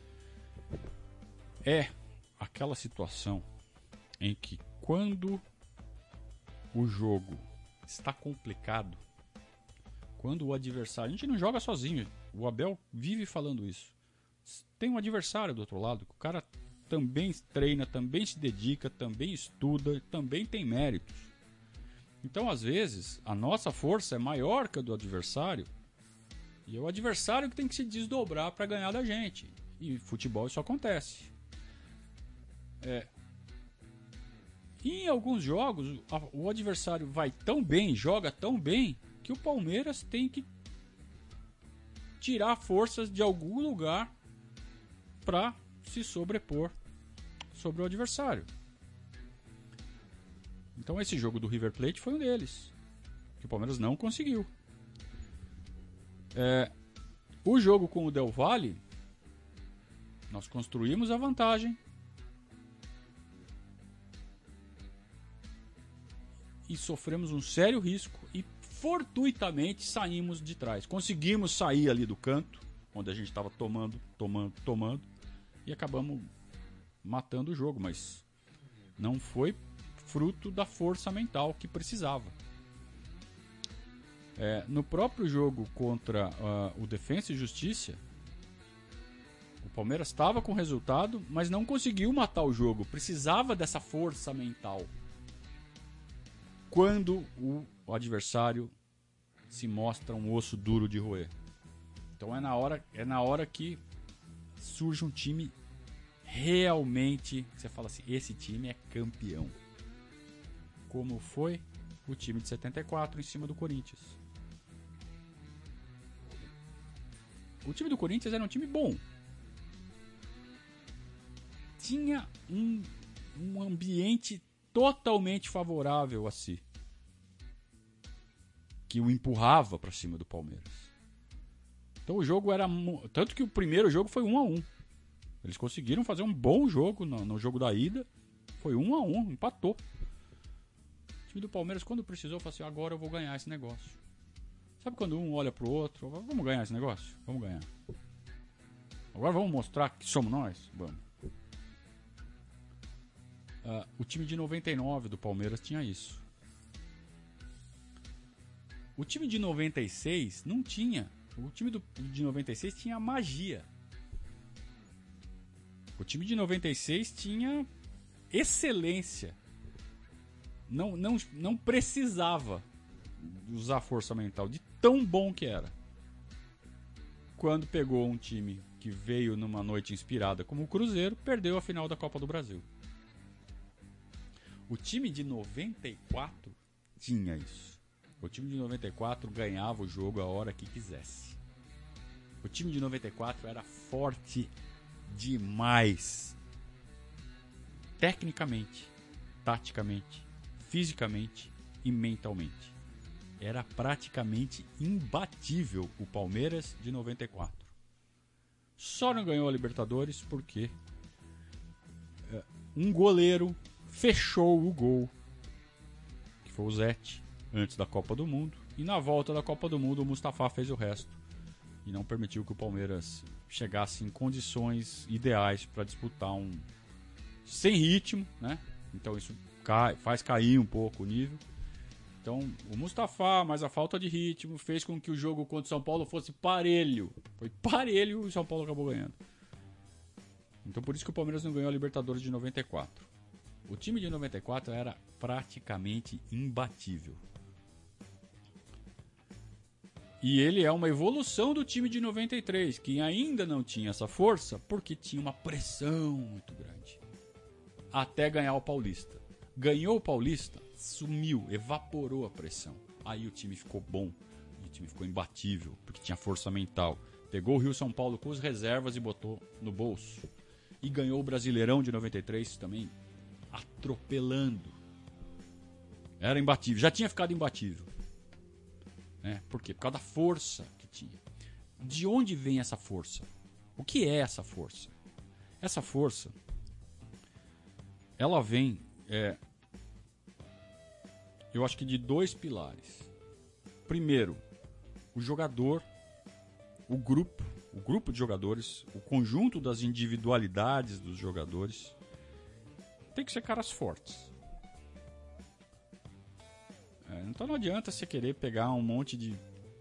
É aquela situação em que quando o jogo está complicado, quando o adversário... A gente não joga sozinho. O Abel vive falando isso. Tem um adversário do outro lado. O cara também treina, também se dedica, também estuda, também tem méritos. Então, às vezes, a nossa força é maior que a do adversário. E é o adversário que tem que se desdobrar para ganhar da gente. E futebol isso acontece. E em alguns jogos, o adversário vai tão bem, joga tão bem, que o Palmeiras tem que tirar forças de algum lugar para se sobrepor sobre o adversário. Então esse jogo do River Plate foi um deles, que o Palmeiras não conseguiu. O jogo com o Del Valle, nós construímos a vantagem e sofremos um sério risco e fortuitamente saímos de trás. Conseguimos sair ali do canto, onde a gente estava tomando, e acabamos matando o jogo, mas não foi fruto da força mental que precisava. No próprio jogo contra o Defensa e Justiça, o Palmeiras estava com resultado, mas não conseguiu matar o jogo. Precisava dessa força mental. Quando o adversário se mostra um osso duro de roer. Então é na hora que surge um time realmente, você fala assim, esse time é campeão. Como foi o time de 74 em cima do Corinthians. O time do Corinthians era um time bom. Tinha um ambiente totalmente favorável a si, que o empurrava para cima do Palmeiras. Então o jogo era... Tanto que o primeiro jogo foi 1-1. Eles conseguiram fazer um bom jogo no jogo da ida. Foi 1-1, empatou. O time do Palmeiras, quando precisou, falou assim, agora eu vou ganhar esse negócio. Sabe quando um olha pro outro, vamos ganhar esse negócio? Vamos ganhar. Agora vamos mostrar que somos nós? Vamos. O time de 99 do Palmeiras tinha isso. O time de 96 não tinha. O time de 96 tinha magia. O time de 96 tinha excelência. Não precisava usar força mental, de tão bom que era. Quando pegou um time que veio numa noite inspirada como o Cruzeiro, perdeu a final da Copa do Brasil. O time de 94 tinha isso. O time de 94 ganhava o jogo a hora que quisesse. O time de 94 era forte demais. Tecnicamente, taticamente, fisicamente e mentalmente. Era praticamente imbatível o Palmeiras de 94. Só não ganhou a Libertadores porque um goleiro fechou o gol, que foi o Zete, antes da Copa do Mundo. E na volta da Copa do Mundo o Mustafa fez o resto. E não permitiu que o Palmeiras chegasse em condições ideais para disputar sem ritmo, né? Então isso faz cair um pouco o nível. Então o Mustafa, mais a falta de ritmo, fez com que o jogo contra o São Paulo fosse parelho. Foi parelho e o São Paulo acabou ganhando. Então por isso que o Palmeiras não ganhou a Libertadores de 94. O time de 94 era praticamente imbatível. E ele é uma evolução do time de 93, que ainda não tinha essa força porque tinha uma pressão muito grande. Até ganhar o Paulista. Ganhou o Paulista, sumiu, evaporou a pressão. Aí o time ficou bom, o time ficou imbatível, porque tinha força mental. Pegou o Rio São Paulo com as reservas e botou no bolso. E ganhou o Brasileirão de 93 também, atropelando. Era imbatível, já tinha ficado imbatível. Por quê? Por causa da força que tinha. De onde vem essa força? O que é essa força? Essa força, ela vem, eu acho que de dois pilares. Primeiro, o jogador, o grupo de jogadores, o conjunto das individualidades dos jogadores, tem que ser caras fortes. Então não adianta você querer pegar um monte de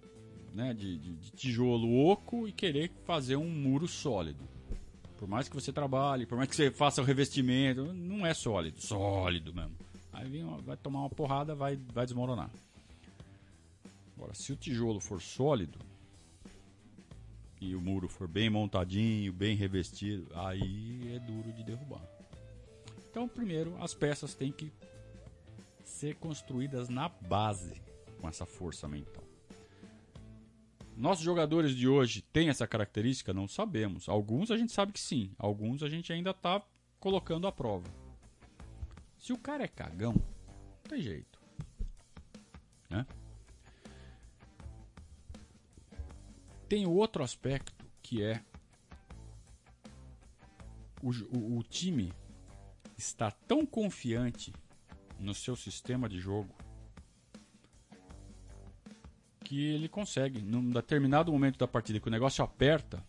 tijolo oco e querer fazer um muro sólido. Por mais que você trabalhe, por mais que você faça o revestimento, não é sólido mesmo. Aí vai tomar uma porrada, vai desmoronar. Agora, se o tijolo for sólido e o muro for bem montadinho, bem revestido, aí é duro de derrubar. Então, primeiro, as peças têm que ser construídas na base com essa força mental. Nossos jogadores de hoje têm essa característica? Não sabemos. Alguns a gente sabe que sim. Alguns a gente ainda está colocando à prova. Se o cara é cagão, não tem jeito. Né? Tem outro aspecto que é o time está tão confiante no seu sistema de jogo que ele consegue, num determinado momento da partida, que o negócio aperta,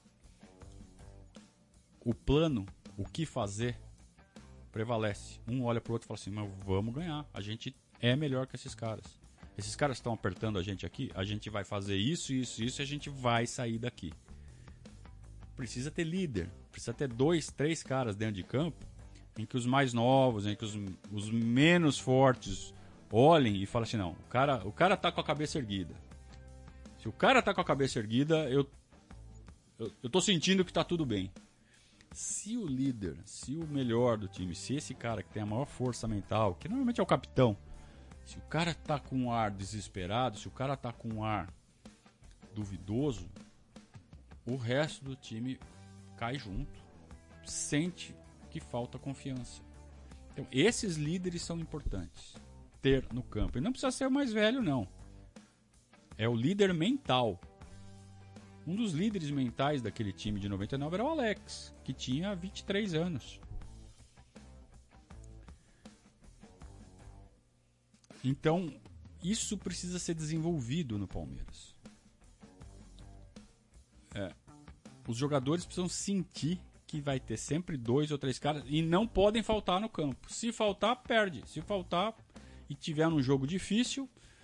o plano, o que fazer, prevalece. Um olha pro outro e fala assim, mas vamos ganhar, a gente é melhor que esses caras. Esses caras estão apertando a gente aqui, a gente vai fazer isso, isso, isso e a gente vai sair daqui. Precisa ter líder, precisa ter 2, 3 caras dentro de campo em que os mais novos, em que os menos fortes olhem e falem assim, não, o cara tá com a cabeça erguida. Se o cara tá com a cabeça erguida, eu tô sentindo que tá tudo bem. Se o líder, se o melhor do time, se esse cara que tem a maior força mental, que normalmente é o capitão, se o cara tá com um ar desesperado, se o cara tá com um ar duvidoso, o resto do time cai junto, sente que falta confiança. Então, esses líderes são importantes ter no campo. E não precisa ser o mais velho, não. É o líder mental. Um dos líderes mentais daquele time de 99 era o Alex, que tinha 23 anos. Então, isso precisa ser desenvolvido no Palmeiras. Os jogadores precisam sentir que vai ter sempre 2 ou 3 caras e não podem faltar no campo. Se faltar, perde. Se faltar e tiver num jogo difícil,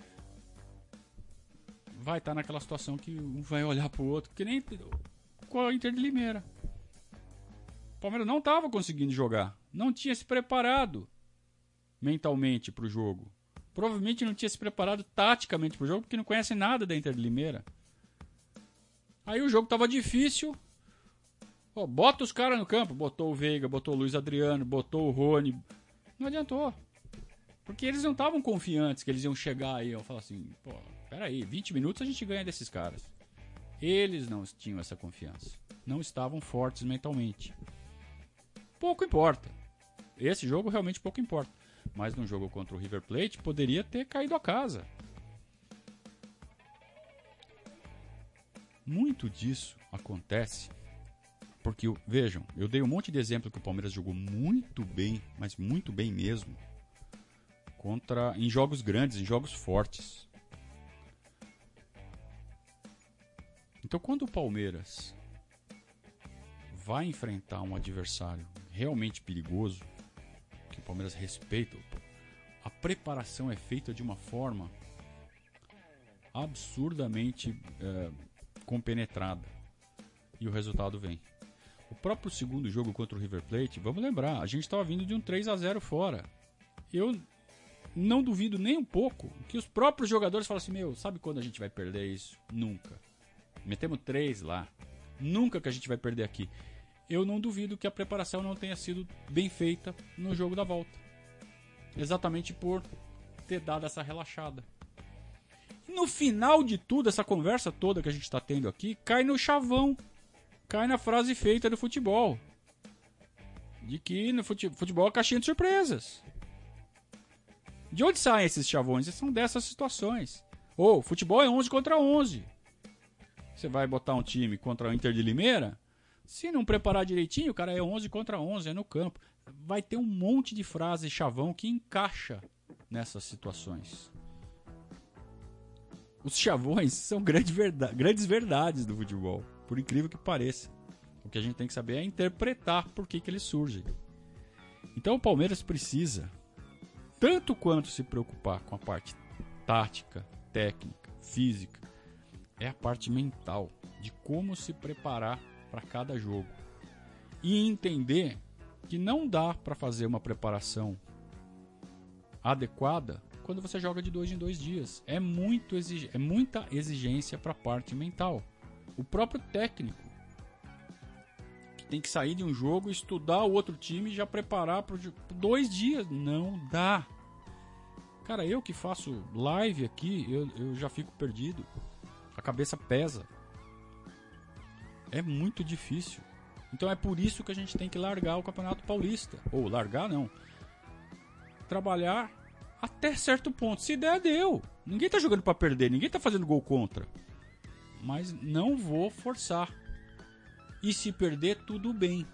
vai estar naquela situação que um vai olhar pro outro, que nem com a Inter de Limeira. O Palmeiras não estava conseguindo jogar, não tinha se preparado mentalmente pro jogo. Provavelmente não tinha se preparado taticamente pro jogo, porque não conhece nada da Inter de Limeira. Aí o jogo tava difícil. Bota os caras no campo. Botou o Veiga, botou o Luiz Adriano, botou o Rony. Não adiantou. Porque eles não estavam confiantes que eles iam chegar aí. Eu falo assim, peraí, 20 minutos a gente ganha desses caras. Eles não tinham essa confiança. Não estavam fortes mentalmente. Pouco importa. Esse jogo realmente pouco importa. Mas no jogo contra o River Plate poderia ter caído a casa. Muito disso acontece porque, vejam, eu dei um monte de exemplo que o Palmeiras jogou muito bem, mas muito bem mesmo, em jogos grandes, em jogos fortes. Então, quando o Palmeiras vai enfrentar um adversário realmente perigoso, que o Palmeiras respeita, a preparação é feita de uma forma absurdamente compenetrada e o resultado vem. O próprio segundo jogo contra o River Plate, vamos lembrar, a gente estava vindo de um 3-0 fora. Eu não duvido nem um pouco que os próprios jogadores falam assim, sabe quando a gente vai perder isso? Nunca. Metemos 3 lá. Nunca que a gente vai perder aqui. Eu não duvido que a preparação não tenha sido bem feita no jogo da volta. Exatamente por ter dado essa relaxada. E no final de tudo, essa conversa toda que a gente está tendo aqui, cai no chavão. Cai na frase feita do futebol. De que no futebol é caixinha de surpresas. De onde saem esses chavões? São dessas situações. Futebol é 11 contra 11. Você vai botar um time contra o Inter de Limeira, se não preparar direitinho, o cara é 11 contra 11, é no campo. Vai ter um monte de frase chavão que encaixa nessas situações. Os chavões são grandes verdades do futebol, por incrível que pareça. O que a gente tem que saber é interpretar por que eles surgem. Então o Palmeiras precisa, tanto quanto se preocupar com a parte tática, técnica, física, é a parte mental, de como se preparar para cada jogo. E entender que não dá para fazer uma preparação adequada quando você joga de 2 em 2 dias. É muita exigência para a parte mental. O próprio técnico, tem que sair de um jogo, estudar o outro time e já preparar por 2 dias. Não dá. Cara, eu que faço live aqui, eu já fico perdido. A cabeça pesa. É muito difícil. Então é por isso que a gente tem que largar o Campeonato Paulista. Ou largar não. Trabalhar até certo ponto. Se der, deu. Ninguém tá jogando pra perder, ninguém tá fazendo gol contra. Mas não vou forçar. E se perder, tudo bem.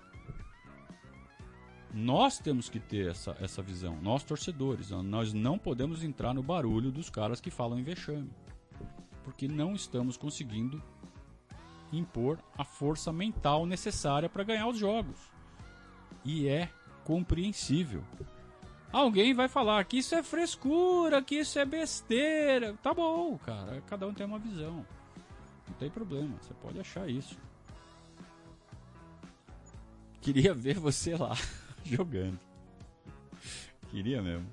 Nós temos que ter essa visão, nós torcedores. Nós não podemos entrar no barulho dos caras que falam em vexame. Porque não estamos conseguindo impor a força mental necessária para ganhar os jogos. E é compreensível. Alguém vai falar que isso é frescura, que isso é besteira. Tá bom, cara, cada um tem uma visão. Não tem problema, você pode achar isso. Queria ver você lá jogando. Queria mesmo.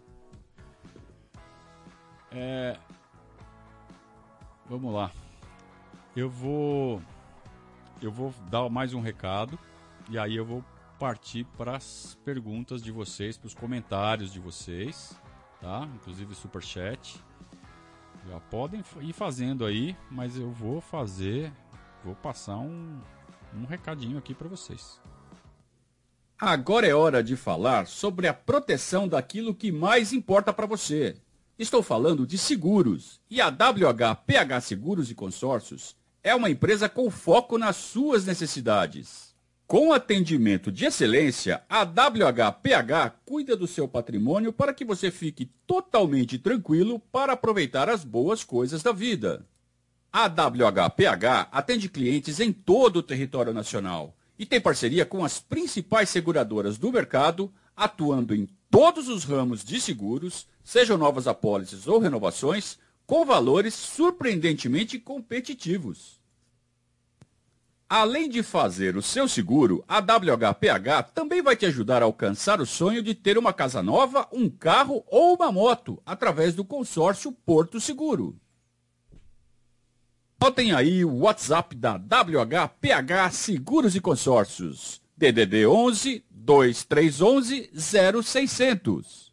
Vamos lá. Eu vou dar mais um recado e aí eu vou partir para as perguntas de vocês, para os comentários de vocês, tá? Inclusive superchat. Já podem ir fazendo aí, mas eu vou passar um recadinho aqui para vocês. Agora é hora de falar sobre a proteção daquilo que mais importa para você. Estou falando de seguros. E a WHPH Seguros e Consórcios é uma empresa com foco nas suas necessidades. Com atendimento de excelência, a WHPH cuida do seu patrimônio para que você fique totalmente tranquilo para aproveitar as boas coisas da vida. A WHPH atende clientes em todo o território nacional e tem parceria com as principais seguradoras do mercado, atuando em todos os ramos de seguros, sejam novas apólices ou renovações, com valores surpreendentemente competitivos. Além de fazer o seu seguro, a WHPH também vai te ajudar a alcançar o sonho de ter uma casa nova, um carro ou uma moto, através do consórcio Porto Seguro. Notem aí o WhatsApp da WHPH Seguros e Consórcios, DDD 11 2311 0600.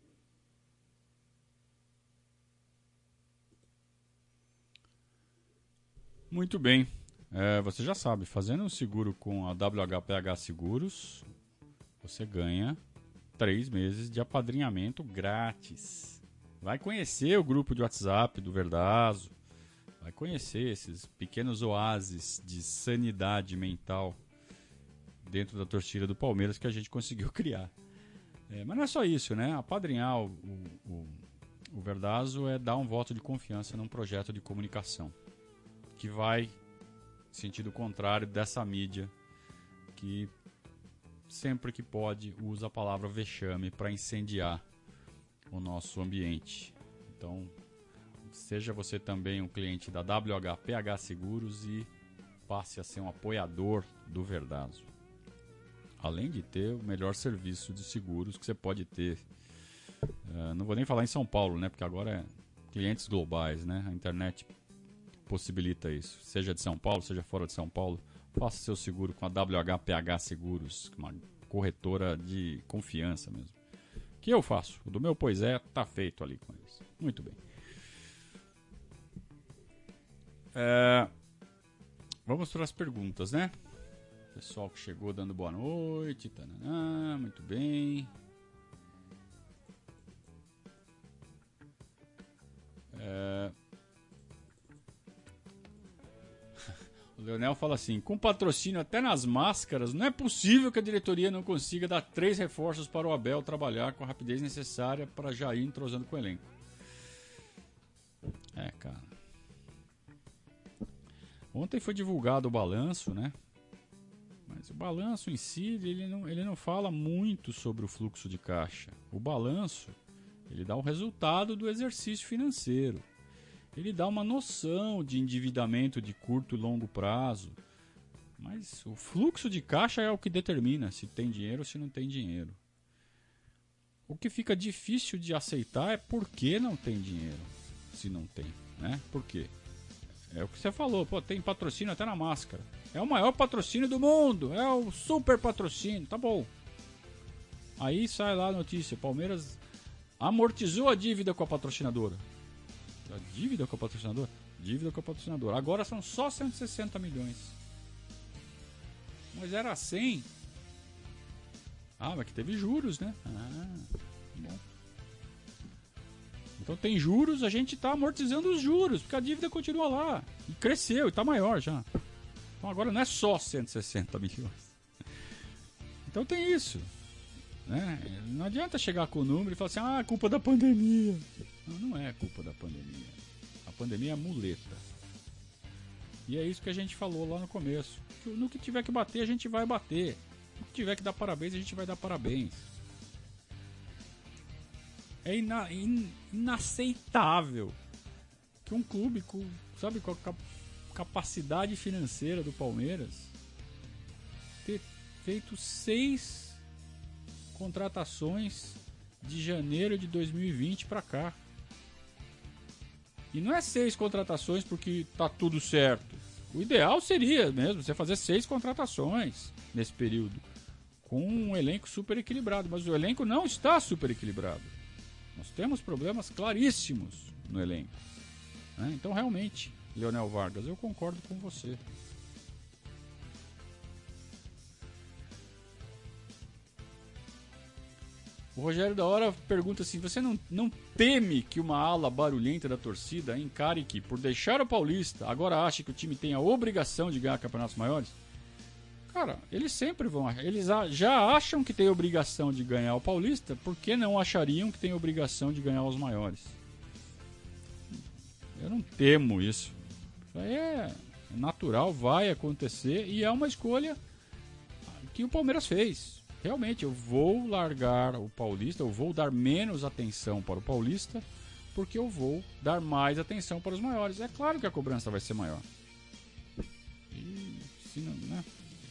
Muito bem. Você já sabe, fazendo um seguro com a WHPH Seguros, você ganha 3 meses de apadrinhamento grátis. Vai conhecer o grupo de WhatsApp do Verdazo, vai conhecer esses pequenos oásis de sanidade mental dentro da torcida do Palmeiras que a gente conseguiu criar. Mas não é só isso, né? Apadrinhar o Verdazo é dar um voto de confiança num projeto de comunicação que vai sentido contrário dessa mídia que sempre que pode usa a palavra vexame para incendiar o nosso ambiente. Então, seja você também um cliente da WHPH Seguros e passe a ser um apoiador do Verdazo. Além de ter o melhor serviço de seguros que você pode ter. Não vou nem falar em São Paulo, né? Porque agora é clientes globais, né? A internet possibilita isso. Seja de São Paulo, seja fora de São Paulo, faça seu seguro com a WHPH Seguros, uma corretora de confiança mesmo. Que eu faço. O do meu Pois É tá feito ali com eles. Muito bem. Vamos para as perguntas, né? Pessoal que chegou dando boa noite. Tananã, muito bem. O Leonel fala assim: com patrocínio até nas máscaras, não é possível que a diretoria não consiga dar 3 reforços para o Abel trabalhar com a rapidez necessária para já ir entrosando com o elenco. Cara. Ontem foi divulgado o balanço, né? Mas o balanço em si, ele não fala muito sobre o fluxo de caixa. O balanço, ele dá o resultado do exercício financeiro. Ele dá uma noção de endividamento de curto e longo prazo. Mas o fluxo de caixa é o que determina se tem dinheiro ou se não tem dinheiro. O que fica difícil de aceitar é por que não tem dinheiro, se não tem, né? Por quê? É o que você falou, pô, tem patrocínio até na máscara. É o maior patrocínio do mundo, é o super patrocínio, tá bom. Aí sai lá a notícia, Palmeiras amortizou a dívida com a patrocinadora. A dívida com a patrocinadora? Dívida com a patrocinadora. Agora são só 160 milhões. Mas era 100. Ah, mas que teve juros, né? Ah, bom. Então tem juros, a gente está amortizando os juros, porque a dívida continua lá. E cresceu, e está maior já. Então agora não é só 160 milhões. Então tem isso. Né? Não adianta chegar com o número e falar assim, ah, culpa da pandemia. Não, não é culpa da pandemia. A pandemia é muleta. E é isso que a gente falou lá no começo. No que tiver que bater, a gente vai bater. No que tiver que dar parabéns, a gente vai dar parabéns. É inaceitável que um clube com, sabe, com a capacidade financeira do Palmeiras ter feito 6 contratações de janeiro de 2020 para cá. E não é 6 contratações porque tá tudo certo. O ideal seria mesmo você fazer 6 contratações nesse período com um elenco super equilibrado, mas o elenco não está super equilibrado. Nós temos problemas claríssimos no elenco. Né? Então, realmente, Leonel Vargas, eu concordo com você. O Rogério da Hora pergunta assim, você não teme que uma ala barulhenta da torcida encare que, por deixar o Paulista, agora acha que o time tem a obrigação de ganhar campeonatos maiores? Cara, eles sempre vão... Eles já acham que tem obrigação de ganhar o Paulista, por que não achariam que tem obrigação de ganhar os maiores? Eu não temo isso. Isso aí é natural, vai acontecer e é uma escolha que o Palmeiras fez. Realmente, eu vou largar o Paulista, eu vou dar menos atenção para o Paulista, porque eu vou dar mais atenção para os maiores. É claro que a cobrança vai ser maior. E se não, né?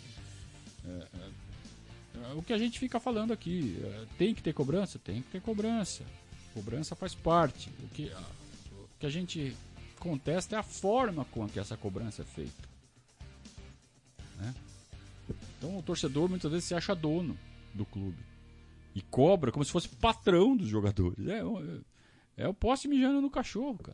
O que a gente fica falando aqui, tem que ter cobrança? Tem que ter cobrança. Cobrança faz parte. O que a gente contesta é a forma com que essa cobrança é feita. Né? Então o torcedor muitas vezes se acha dono do clube e cobra como se fosse patrão dos jogadores. É o poste mijando no cachorro, cara.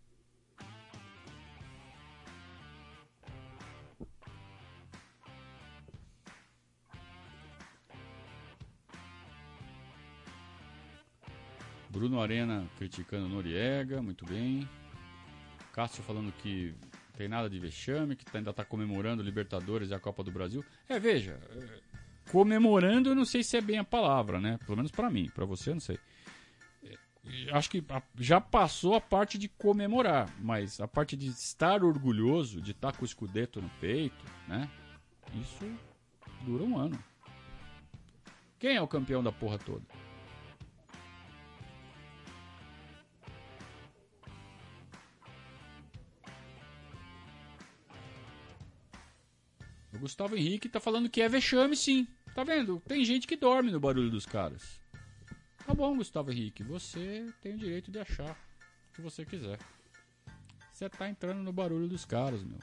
Bruno Arena criticando Noriega, muito bem. Cássio falando que tem nada de vexame, que ainda está comemorando Libertadores e a Copa do Brasil. Veja, comemorando eu não sei se é bem a palavra, né? Pelo menos para mim, para você eu não sei. Acho que já passou a parte de comemorar, mas a parte de estar orgulhoso, de estar com o escudeto no peito, né? Isso dura um ano. Quem é o campeão da porra toda? O Gustavo Henrique tá falando que é vexame, sim. Tá vendo? Tem gente que dorme no barulho dos caras. Tá bom, Gustavo Henrique. Você tem o direito de achar o que você quiser. Você tá entrando no barulho dos caras, meu.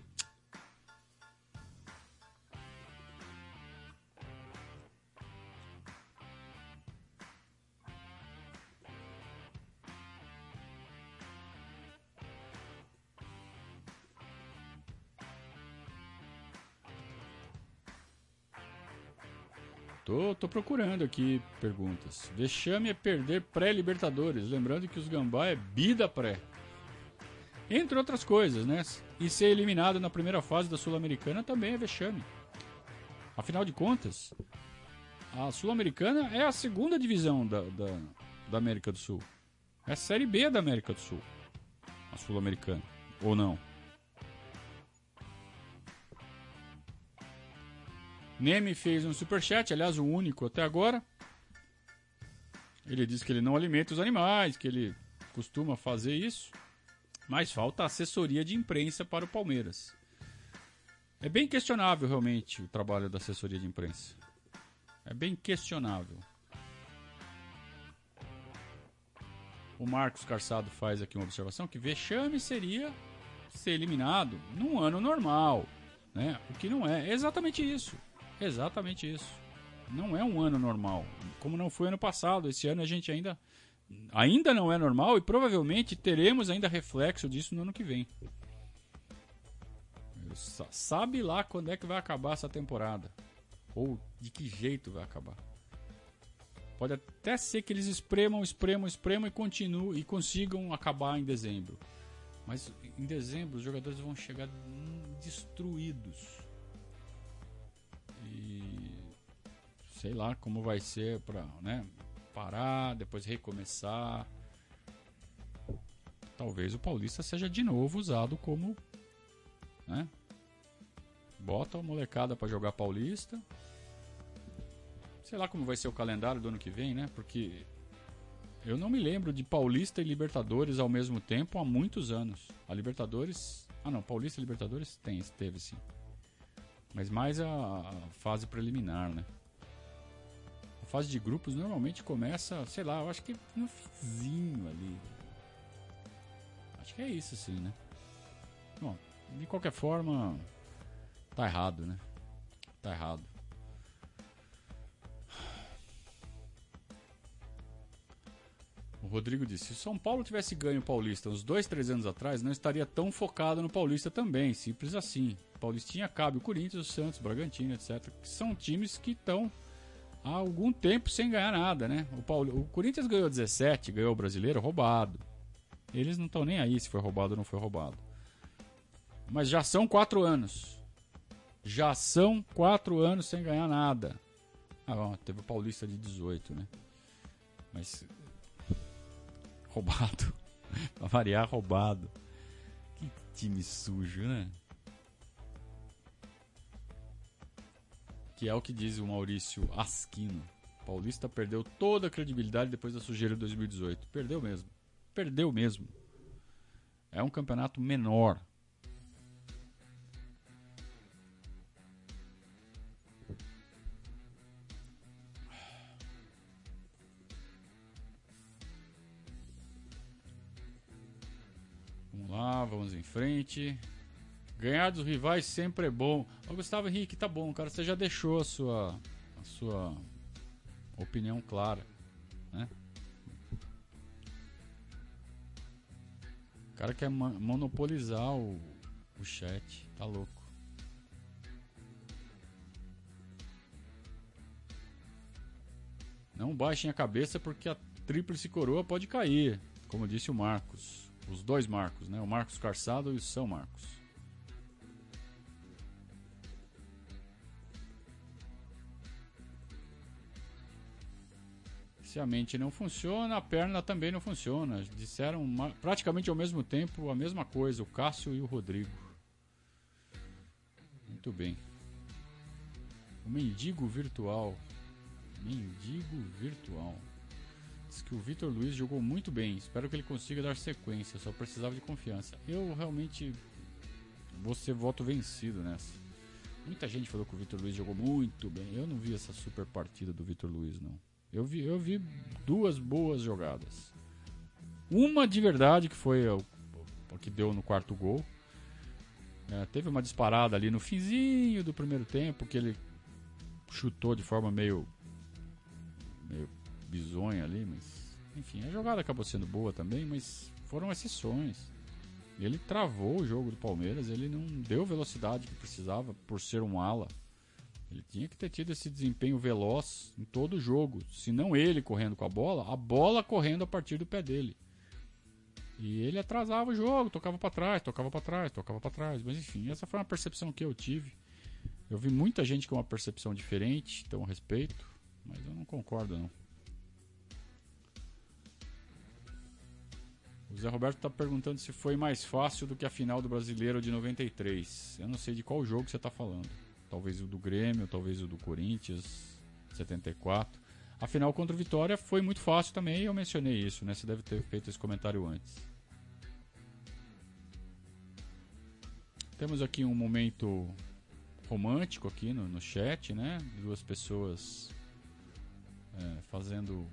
Tô procurando aqui perguntas. Vexame é perder pré-Libertadores. Lembrando que os Gambá é bida pré. Entre outras coisas, né? E ser eliminado na primeira fase da Sul-Americana também é vexame. Afinal de contas, a Sul-Americana é a segunda divisão da América do Sul. É a Série B da América do Sul. A Sul-Americana. Ou não? Neme fez um superchat, aliás, o único até agora. Ele diz que ele não alimenta os animais, que ele costuma fazer isso. Mas falta assessoria de imprensa para o Palmeiras. É bem questionável, realmente, o trabalho da assessoria de imprensa. É bem questionável. O Marcos Carçado faz aqui uma observação que vexame seria ser eliminado num ano normal, né? O que não é exatamente isso. Exatamente isso. Não é um ano normal, como não foi ano passado. Esse ano a gente ainda não é normal e provavelmente teremos ainda reflexo disso no ano que vem. Sabe lá quando é que vai acabar essa temporada, ou de que jeito vai acabar. Pode até ser que eles espremam e continuem e consigam acabar em dezembro. Mas em dezembro os jogadores vão chegar destruídos. E sei lá como vai ser para, né, parar, depois recomeçar. Talvez o Paulista seja de novo usado como, né? Bota a molecada para jogar Paulista. Sei lá como vai ser o calendário do ano que vem, né? Porque eu não me lembro de Paulista e Libertadores ao mesmo tempo há muitos anos. A Libertadores... Ah não, Paulista e Libertadores teve sim. Mas mais a fase preliminar, né? A fase de grupos normalmente começa, sei lá, eu acho que no finzinho ali. Acho que é isso sim, né? Bom, de qualquer forma... Tá errado, né? Tá errado. O Rodrigo disse: se o São Paulo tivesse ganho o Paulista uns 2-3 anos atrás, não estaria tão focado no Paulista também. Simples assim. O Paulistinha cabe o Corinthians, o Santos, o Bragantino, etc. Que são times que estão há algum tempo sem ganhar nada, né? O Corinthians ganhou 17, ganhou o Brasileiro roubado. Eles não estão nem aí se foi roubado ou não foi roubado. Mas já são 4 anos. Já são 4 anos sem ganhar nada. Ah, ó, teve o Paulista de 18, né? Mas... roubado. Pra variar, roubado. Que time sujo, né? Que é o que diz o Maurício Asquino. Paulista perdeu toda a credibilidade depois da sujeira de 2018. Perdeu mesmo. Perdeu mesmo. É um campeonato menor. Vamos lá, vamos em frente. Ganhar dos rivais sempre é bom. Ô, Gustavo Henrique, tá bom, cara. Você já deixou a sua opinião clara, né? O cara quer monopolizar o chat. Tá louco. Não baixem a cabeça porque a tríplice coroa pode cair, como disse o Marcos. Os dois Marcos, né? O Marcos Carçado e o São Marcos. Se a mente não funciona, a perna também não funciona. Disseram praticamente ao mesmo tempo a mesma coisa, o Cássio e o Rodrigo. Muito bem. O mendigo virtual. Mendigo virtual. Diz que o Vitor Luiz jogou muito bem. Espero que ele consiga dar sequência. Só precisava de confiança. Eu realmente vou ser voto vencido nessa. Muita gente falou que o Vitor Luiz jogou muito bem. Eu não vi essa super partida do Vitor Luiz, não. Eu vi 2 boas jogadas. Uma de verdade, que foi o que deu no quarto gol. Teve uma disparada ali no finzinho do primeiro tempo, que ele chutou de forma meio bizonha ali, mas enfim, a jogada acabou sendo boa também, mas foram exceções. Ele travou o jogo do Palmeiras, ele não deu velocidade que precisava por ser um ala. Ele tinha que ter tido esse desempenho veloz em todo o jogo, se não ele correndo com a bola correndo a partir do pé dele. E ele atrasava o jogo, tocava pra trás, mas enfim, essa foi uma percepção que eu tive. Eu vi muita gente com uma percepção diferente, então respeito, mas eu não concordo não. O Zé Roberto está perguntando se foi mais fácil do que a final do Brasileiro de 93. Eu não sei de qual jogo você está falando. Talvez o do Grêmio, talvez o do Corinthians, 74. A final contra o Vitória foi muito fácil também, eu mencionei isso, né? Você deve ter feito esse comentário antes. Temos aqui um momento romântico aqui no chat, né? 2 pessoas fazendo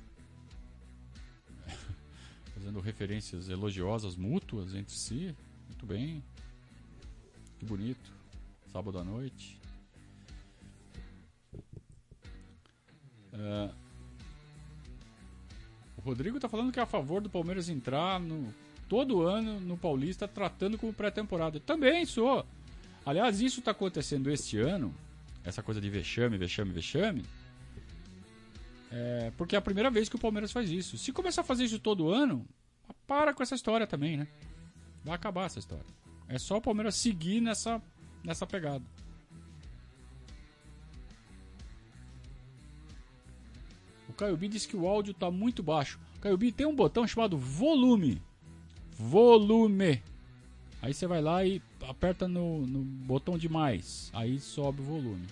referências elogiosas mútuas entre si. Muito bem. Que bonito. Sábado à noite. O Rodrigo tá falando que é a favor do Palmeiras entrar todo ano no Paulista tratando como pré-temporada. Também sou. Aliás, isso tá acontecendo este ano. Essa coisa de vexame, porque é a primeira vez que o Palmeiras faz isso. Se começar a fazer isso todo ano, para com essa história também, né? Vai acabar essa história. É só o Palmeiras seguir nessa pegada. O Caiobi disse que o áudio tá muito baixo. Caiobi, tem um botão chamado volume. Volume. Aí você vai lá e aperta no botão de mais. Aí sobe o volume.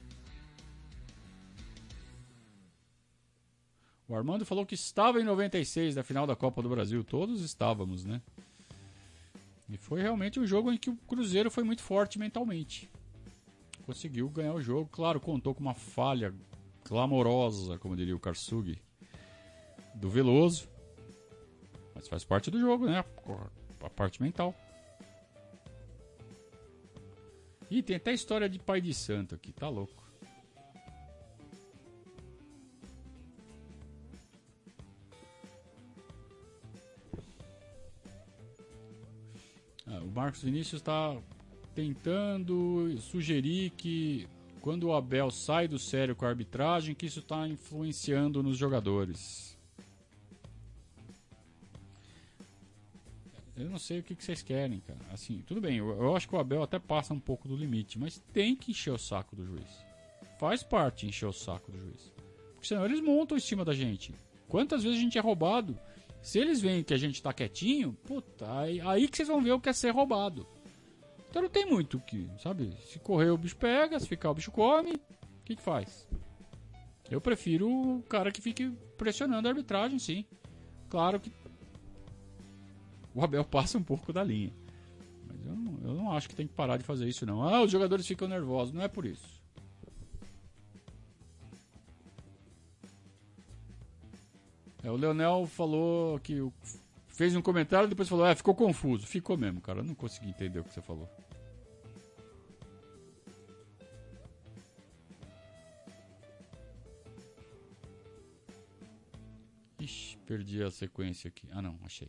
O Armando falou que estava em 96 da final da Copa do Brasil. Todos estávamos, né? E foi realmente um jogo em que o Cruzeiro foi muito forte mentalmente. Conseguiu ganhar o jogo. Claro, contou com uma falha clamorosa, como diria o Karsug, do Veloso. Mas faz parte do jogo, né? A parte mental. Ih, tem até história de pai de santo aqui. Tá louco. O Marcos Vinícius está tentando sugerir que quando o Abel sai do sério com a arbitragem, que isso está influenciando nos jogadores. Eu não sei o que vocês querem, cara. Assim, tudo bem, eu acho que o Abel até passa um pouco do limite, mas tem que encher o saco do juiz. Faz parte encher o saco do juiz. Porque senão eles montam em cima da gente. Quantas vezes a gente é roubado? Se eles veem que a gente tá quietinho, puta, aí que vocês vão ver o que é ser roubado. Então não tem muito o que, sabe? Se correr o bicho pega, se ficar o bicho come, o que faz? Eu prefiro o cara que fique pressionando a arbitragem, sim. Claro que o Abel passa um pouco da linha. Mas eu não acho que tem que parar de fazer isso, não. Ah, os jogadores ficam nervosos. Não é por isso. O Leonel falou que fez um comentário e depois falou, ficou confuso. Ficou mesmo, cara. Eu não consegui entender o que você falou. Ixi, perdi a sequência aqui. Ah, não, achei.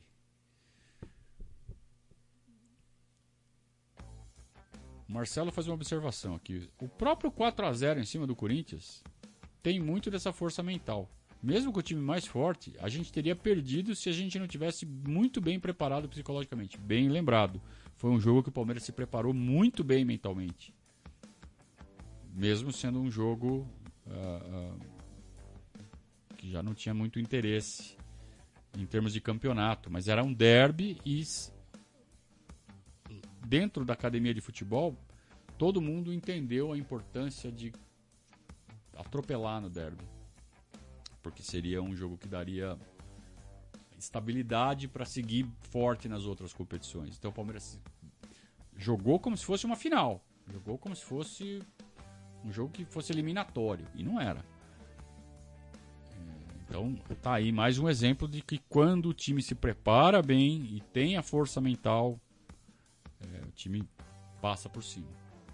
O Marcelo faz uma observação aqui. O próprio 4-0 em cima do Corinthians tem muito dessa força mental. Mesmo com o time mais forte, a gente teria perdido se a gente não tivesse muito bem preparado psicologicamente. Bem lembrado. Foi um jogo que o Palmeiras se preparou muito bem mentalmente. Mesmo sendo um jogo que já não tinha muito interesse em termos de campeonato. Mas era um derby e dentro da academia de futebol, todo mundo entendeu a importância de atropelar no derby. Porque seria um jogo que daria estabilidade para seguir forte nas outras competições. Então o Palmeiras jogou como se fosse uma final. Jogou como se fosse um jogo que fosse eliminatório. E não era. Então tá aí mais um exemplo de que quando o time se prepara bem e tem a força mental, o time passa por cima.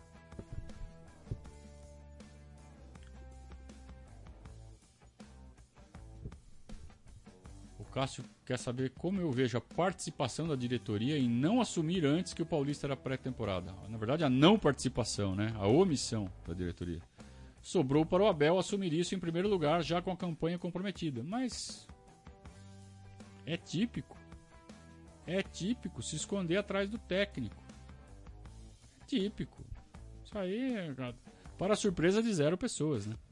O Cássio quer saber como eu vejo a participação da diretoria em não assumir antes que o Paulista era pré-temporada. Na verdade, a não participação, né? A omissão da diretoria. Sobrou para o Abel assumir isso em primeiro lugar, já com a campanha comprometida. Mas é típico. É típico se esconder atrás do técnico. É típico. Isso aí é para a surpresa de 0 pessoas, né?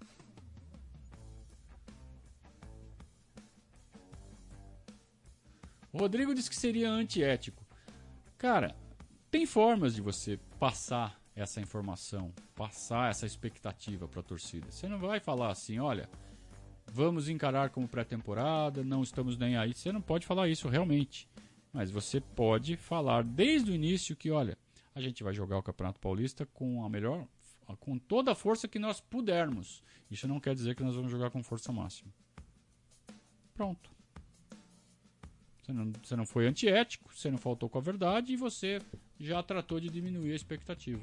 O Rodrigo disse que seria antiético. Cara, tem formas de você passar essa informação, passar essa expectativa para a torcida. Você não vai falar assim, olha, vamos encarar como pré-temporada, não estamos nem aí. Você não pode falar isso realmente. Mas você pode falar desde o início que, olha, a gente vai jogar o Campeonato Paulista com com toda a força que nós pudermos. Isso não quer dizer que nós vamos jogar com força máxima. Pronto. Você não foi antiético, você não faltou com a verdade e você já tratou de diminuir a expectativa.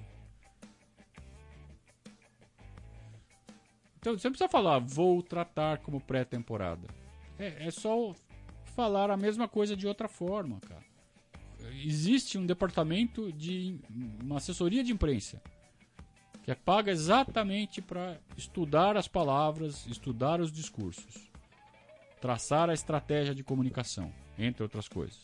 Então você não precisa falar, vou tratar como pré-temporada. É só falar a mesma coisa de outra forma, cara. Existe um departamento de uma assessoria de imprensa que é paga exatamente para estudar as palavras, estudar os discursos, traçar a estratégia de comunicação, entre outras coisas.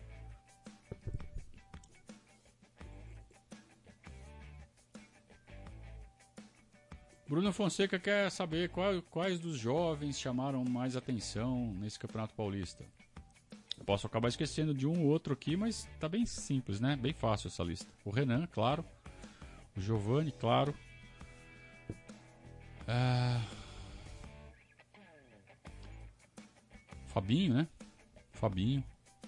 Bruno Fonseca quer saber quais dos jovens chamaram mais atenção nesse Campeonato Paulista. Posso acabar esquecendo de um ou outro aqui, mas tá bem simples, né? Bem fácil essa lista. O Renan, claro. O Giovani, claro. Fabinho, né? Fabinho.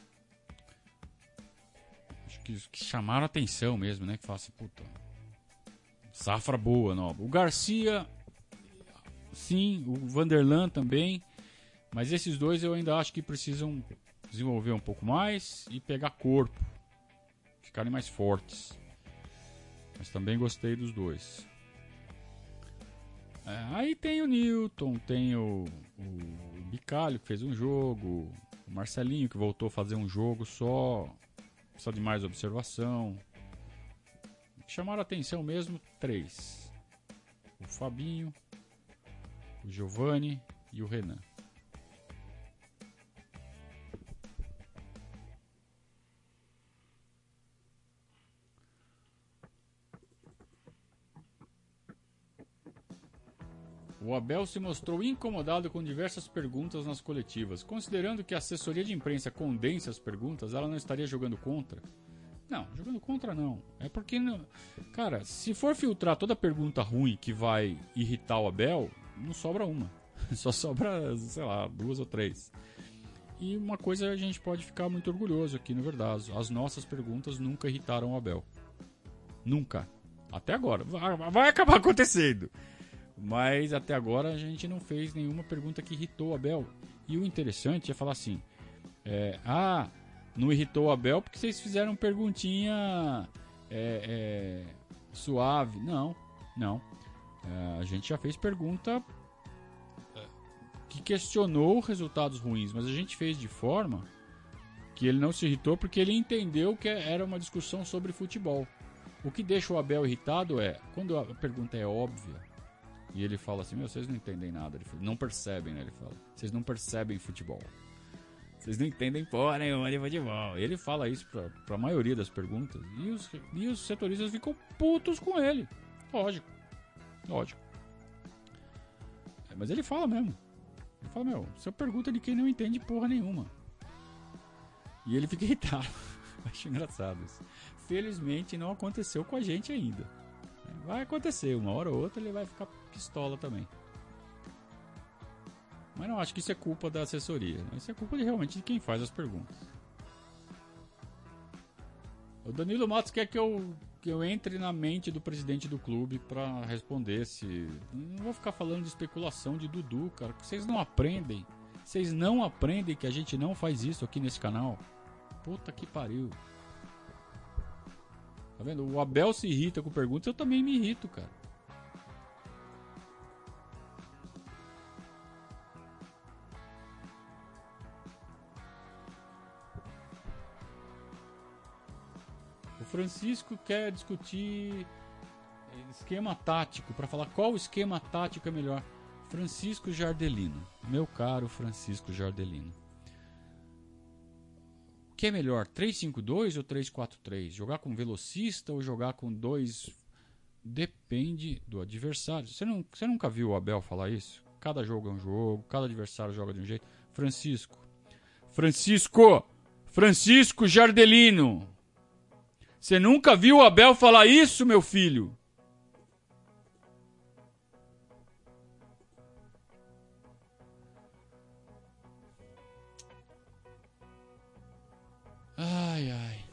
Acho que chamaram atenção mesmo, né? Que fala assim, puta... Safra boa, nova. O Garcia, sim. O Vanderlan também. Mas esses dois eu ainda acho que precisam desenvolver um pouco mais e pegar corpo. Ficarem mais fortes. Mas também gostei dos dois. Aí tem o Newton, tem o Bicalho que fez um jogo. O Marcelinho que voltou a fazer um jogo só. Precisa de mais observação. Chamaram a atenção mesmo 3. O Fabinho, o Giovani e o Renan. O Abel se mostrou incomodado com diversas perguntas nas coletivas. Considerando que a assessoria de imprensa condensa as perguntas, ela não estaria jogando contra? Não, jogando contra não. É porque, cara, se for filtrar toda pergunta ruim que vai irritar o Abel, não sobra uma. Só sobra, sei lá, 2 ou 3. E uma coisa a gente pode ficar muito orgulhoso aqui no Verdazo. As nossas perguntas nunca irritaram o Abel. Nunca. Até agora. Vai acabar acontecendo. Mas até agora a gente não fez nenhuma pergunta que irritou o Abel. E o interessante é falar assim... não irritou o Abel porque vocês fizeram perguntinha suave. Não. A gente já fez pergunta que questionou resultados ruins, mas a gente fez de forma que ele não se irritou porque ele entendeu que era uma discussão sobre futebol. O que deixa o Abel irritado é quando a pergunta é óbvia e ele fala assim, vocês não entendem nada. Ele fala, não percebem, né? Ele fala, vocês não percebem futebol. Vocês não entendem porra nenhuma de futebol. Ele fala isso pra maioria das perguntas. E os setoristas ficam putos com ele. Lógico. Mas ele fala mesmo. Ele fala, você pergunta de quem não entende porra nenhuma. E ele fica irritado. Acho engraçado isso. Felizmente não aconteceu com a gente ainda. Vai acontecer. Uma hora ou outra ele vai ficar pistola também. Mas não acho que isso é culpa da assessoria. Isso é culpa realmente de quem faz as perguntas. O Danilo Matos quer que eu entre na mente do presidente do clube para responder se... Não vou ficar falando de especulação de Dudu, cara. Vocês não aprendem. Vocês não aprendem que a gente não faz isso aqui nesse canal. Puta que pariu. Tá vendo? O Abel se irrita com perguntas, eu também me irrito, cara. O Francisco quer discutir esquema tático, para falar qual esquema tático é melhor. Francisco Jardelino, meu caro Francisco Jardelino. O que é melhor, 3-5-2 ou 3-4-3? Jogar com velocista ou jogar com 2? Depende do adversário. Você nunca viu o Abel falar isso? Cada jogo é um jogo, cada adversário joga de um jeito. Francisco Jardelino. Você nunca viu o Abel falar isso, meu filho? Ai.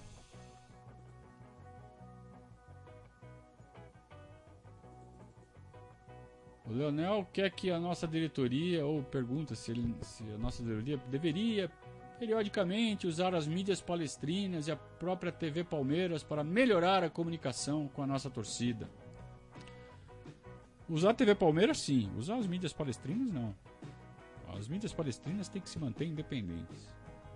O Leonel quer que a nossa diretoria, ou pergunta se a nossa diretoria deveria periodicamente usar as mídias palestrinas e a própria TV Palmeiras para melhorar a comunicação com a nossa torcida. Usar a TV Palmeiras, sim. Usar as mídias palestrinas, não. As mídias palestrinas têm que se manter independentes.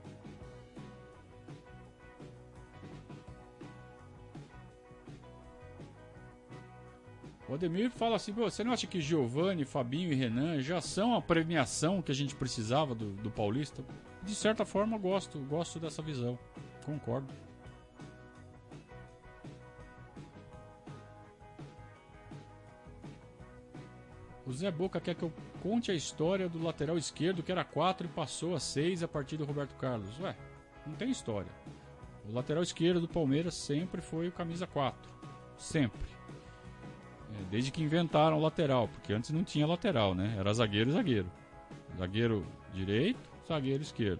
O Ademir fala assim, você não acha que Giovani, Fabinho e Renan já são a premiação que a gente precisava do Paulista? De certa forma, gosto dessa visão. Concordo. O Zé Boca quer que eu conte a história do lateral esquerdo que era 4 e passou a 6 a partir do Roberto Carlos. Ué, não tem história. O lateral esquerdo do Palmeiras sempre foi o camisa 4. Sempre. Desde que inventaram o lateral, porque antes não tinha lateral, né? Era zagueiro e zagueiro. Zagueiro direito, zagueiro esquerdo.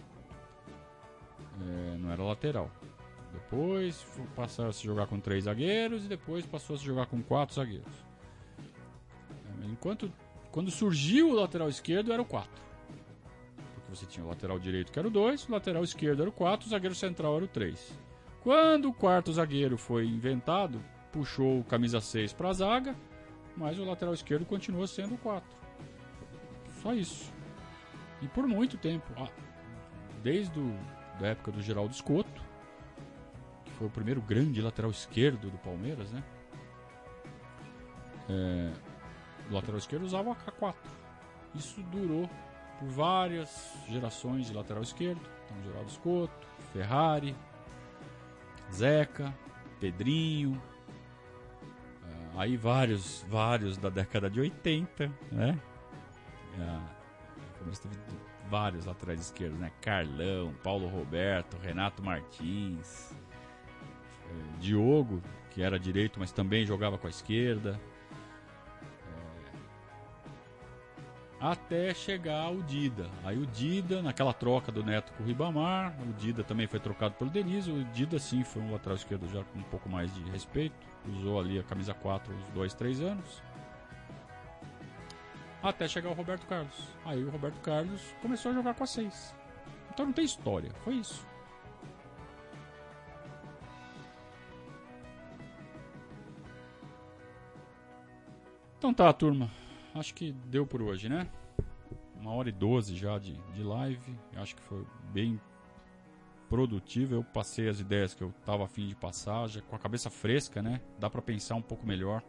Não era lateral. Depois passou a se jogar com 3 zagueiros e depois passou a se jogar com 4 zagueiros. Quando surgiu o lateral esquerdo era o 4. Porque você tinha o lateral direito que era o 2, o lateral esquerdo era o 4, o zagueiro central era o 3. Quando o quarto zagueiro foi inventado, puxou o camisa 6 para a zaga, mas o lateral esquerdo continua sendo o 4. Só isso. E por muito tempo, desde a época do Geraldo Scotto, que foi o primeiro grande lateral esquerdo do Palmeiras, né? O lateral esquerdo usava o AK4. Isso durou por várias gerações de lateral esquerdo. Então, Geraldo Scotto, Ferrari, Zeca, Pedrinho. Aí vários da década de 80, né? Teve vários laterais esquerdos, né? Carlão, Paulo Roberto, Renato Martins, Diogo, que era direito, mas também jogava com a esquerda. Até chegar o Dida. Aí o Dida, naquela troca do Neto com o Ribamar, o Dida também foi trocado pelo Denise. O Dida, sim, foi um lateral esquerdo já com um pouco mais de respeito. Usou ali a camisa 4 uns 2, 3 anos. Até chegar o Roberto Carlos. Aí o Roberto Carlos começou a jogar com a 6. Então não tem história, foi isso. Então tá, turma. Acho que deu por hoje, né? 1h12 já de live. Acho que foi bem produtivo. Eu passei as ideias que eu tava a fim de passar, já com a cabeça fresca, né? Dá pra pensar um pouco melhor.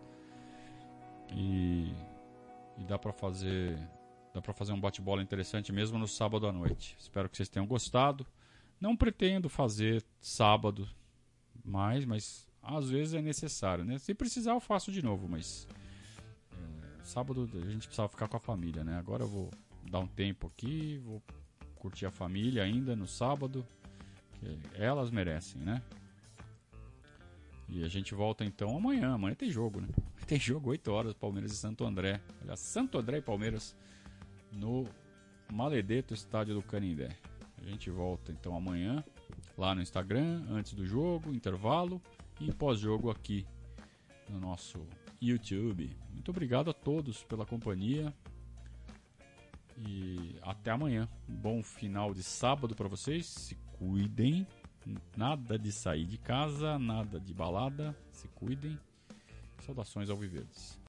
E dá pra fazer um bate-bola interessante mesmo no sábado à noite. Espero que vocês tenham gostado. Não pretendo fazer sábado mais, mas às vezes é necessário, né? Se precisar eu faço de novo, mas sábado a gente precisava ficar com a família, né? Agora eu vou dar um tempo aqui, vou curtir a família ainda no sábado, que elas merecem, né? E a gente volta então amanhã. Amanhã tem jogo, né? Tem jogo 8 horas, Palmeiras e Santo André. Aliás, Santo André e Palmeiras no Maledeto Estádio do Canindé. A gente volta então amanhã lá no Instagram, antes do jogo, intervalo e pós-jogo aqui no nosso YouTube. Muito obrigado a todos pela companhia e até amanhã. Um bom final de sábado para vocês. Se cuidem. Nada de sair de casa, nada de balada. Se cuidem. Saudações ao Viverdes.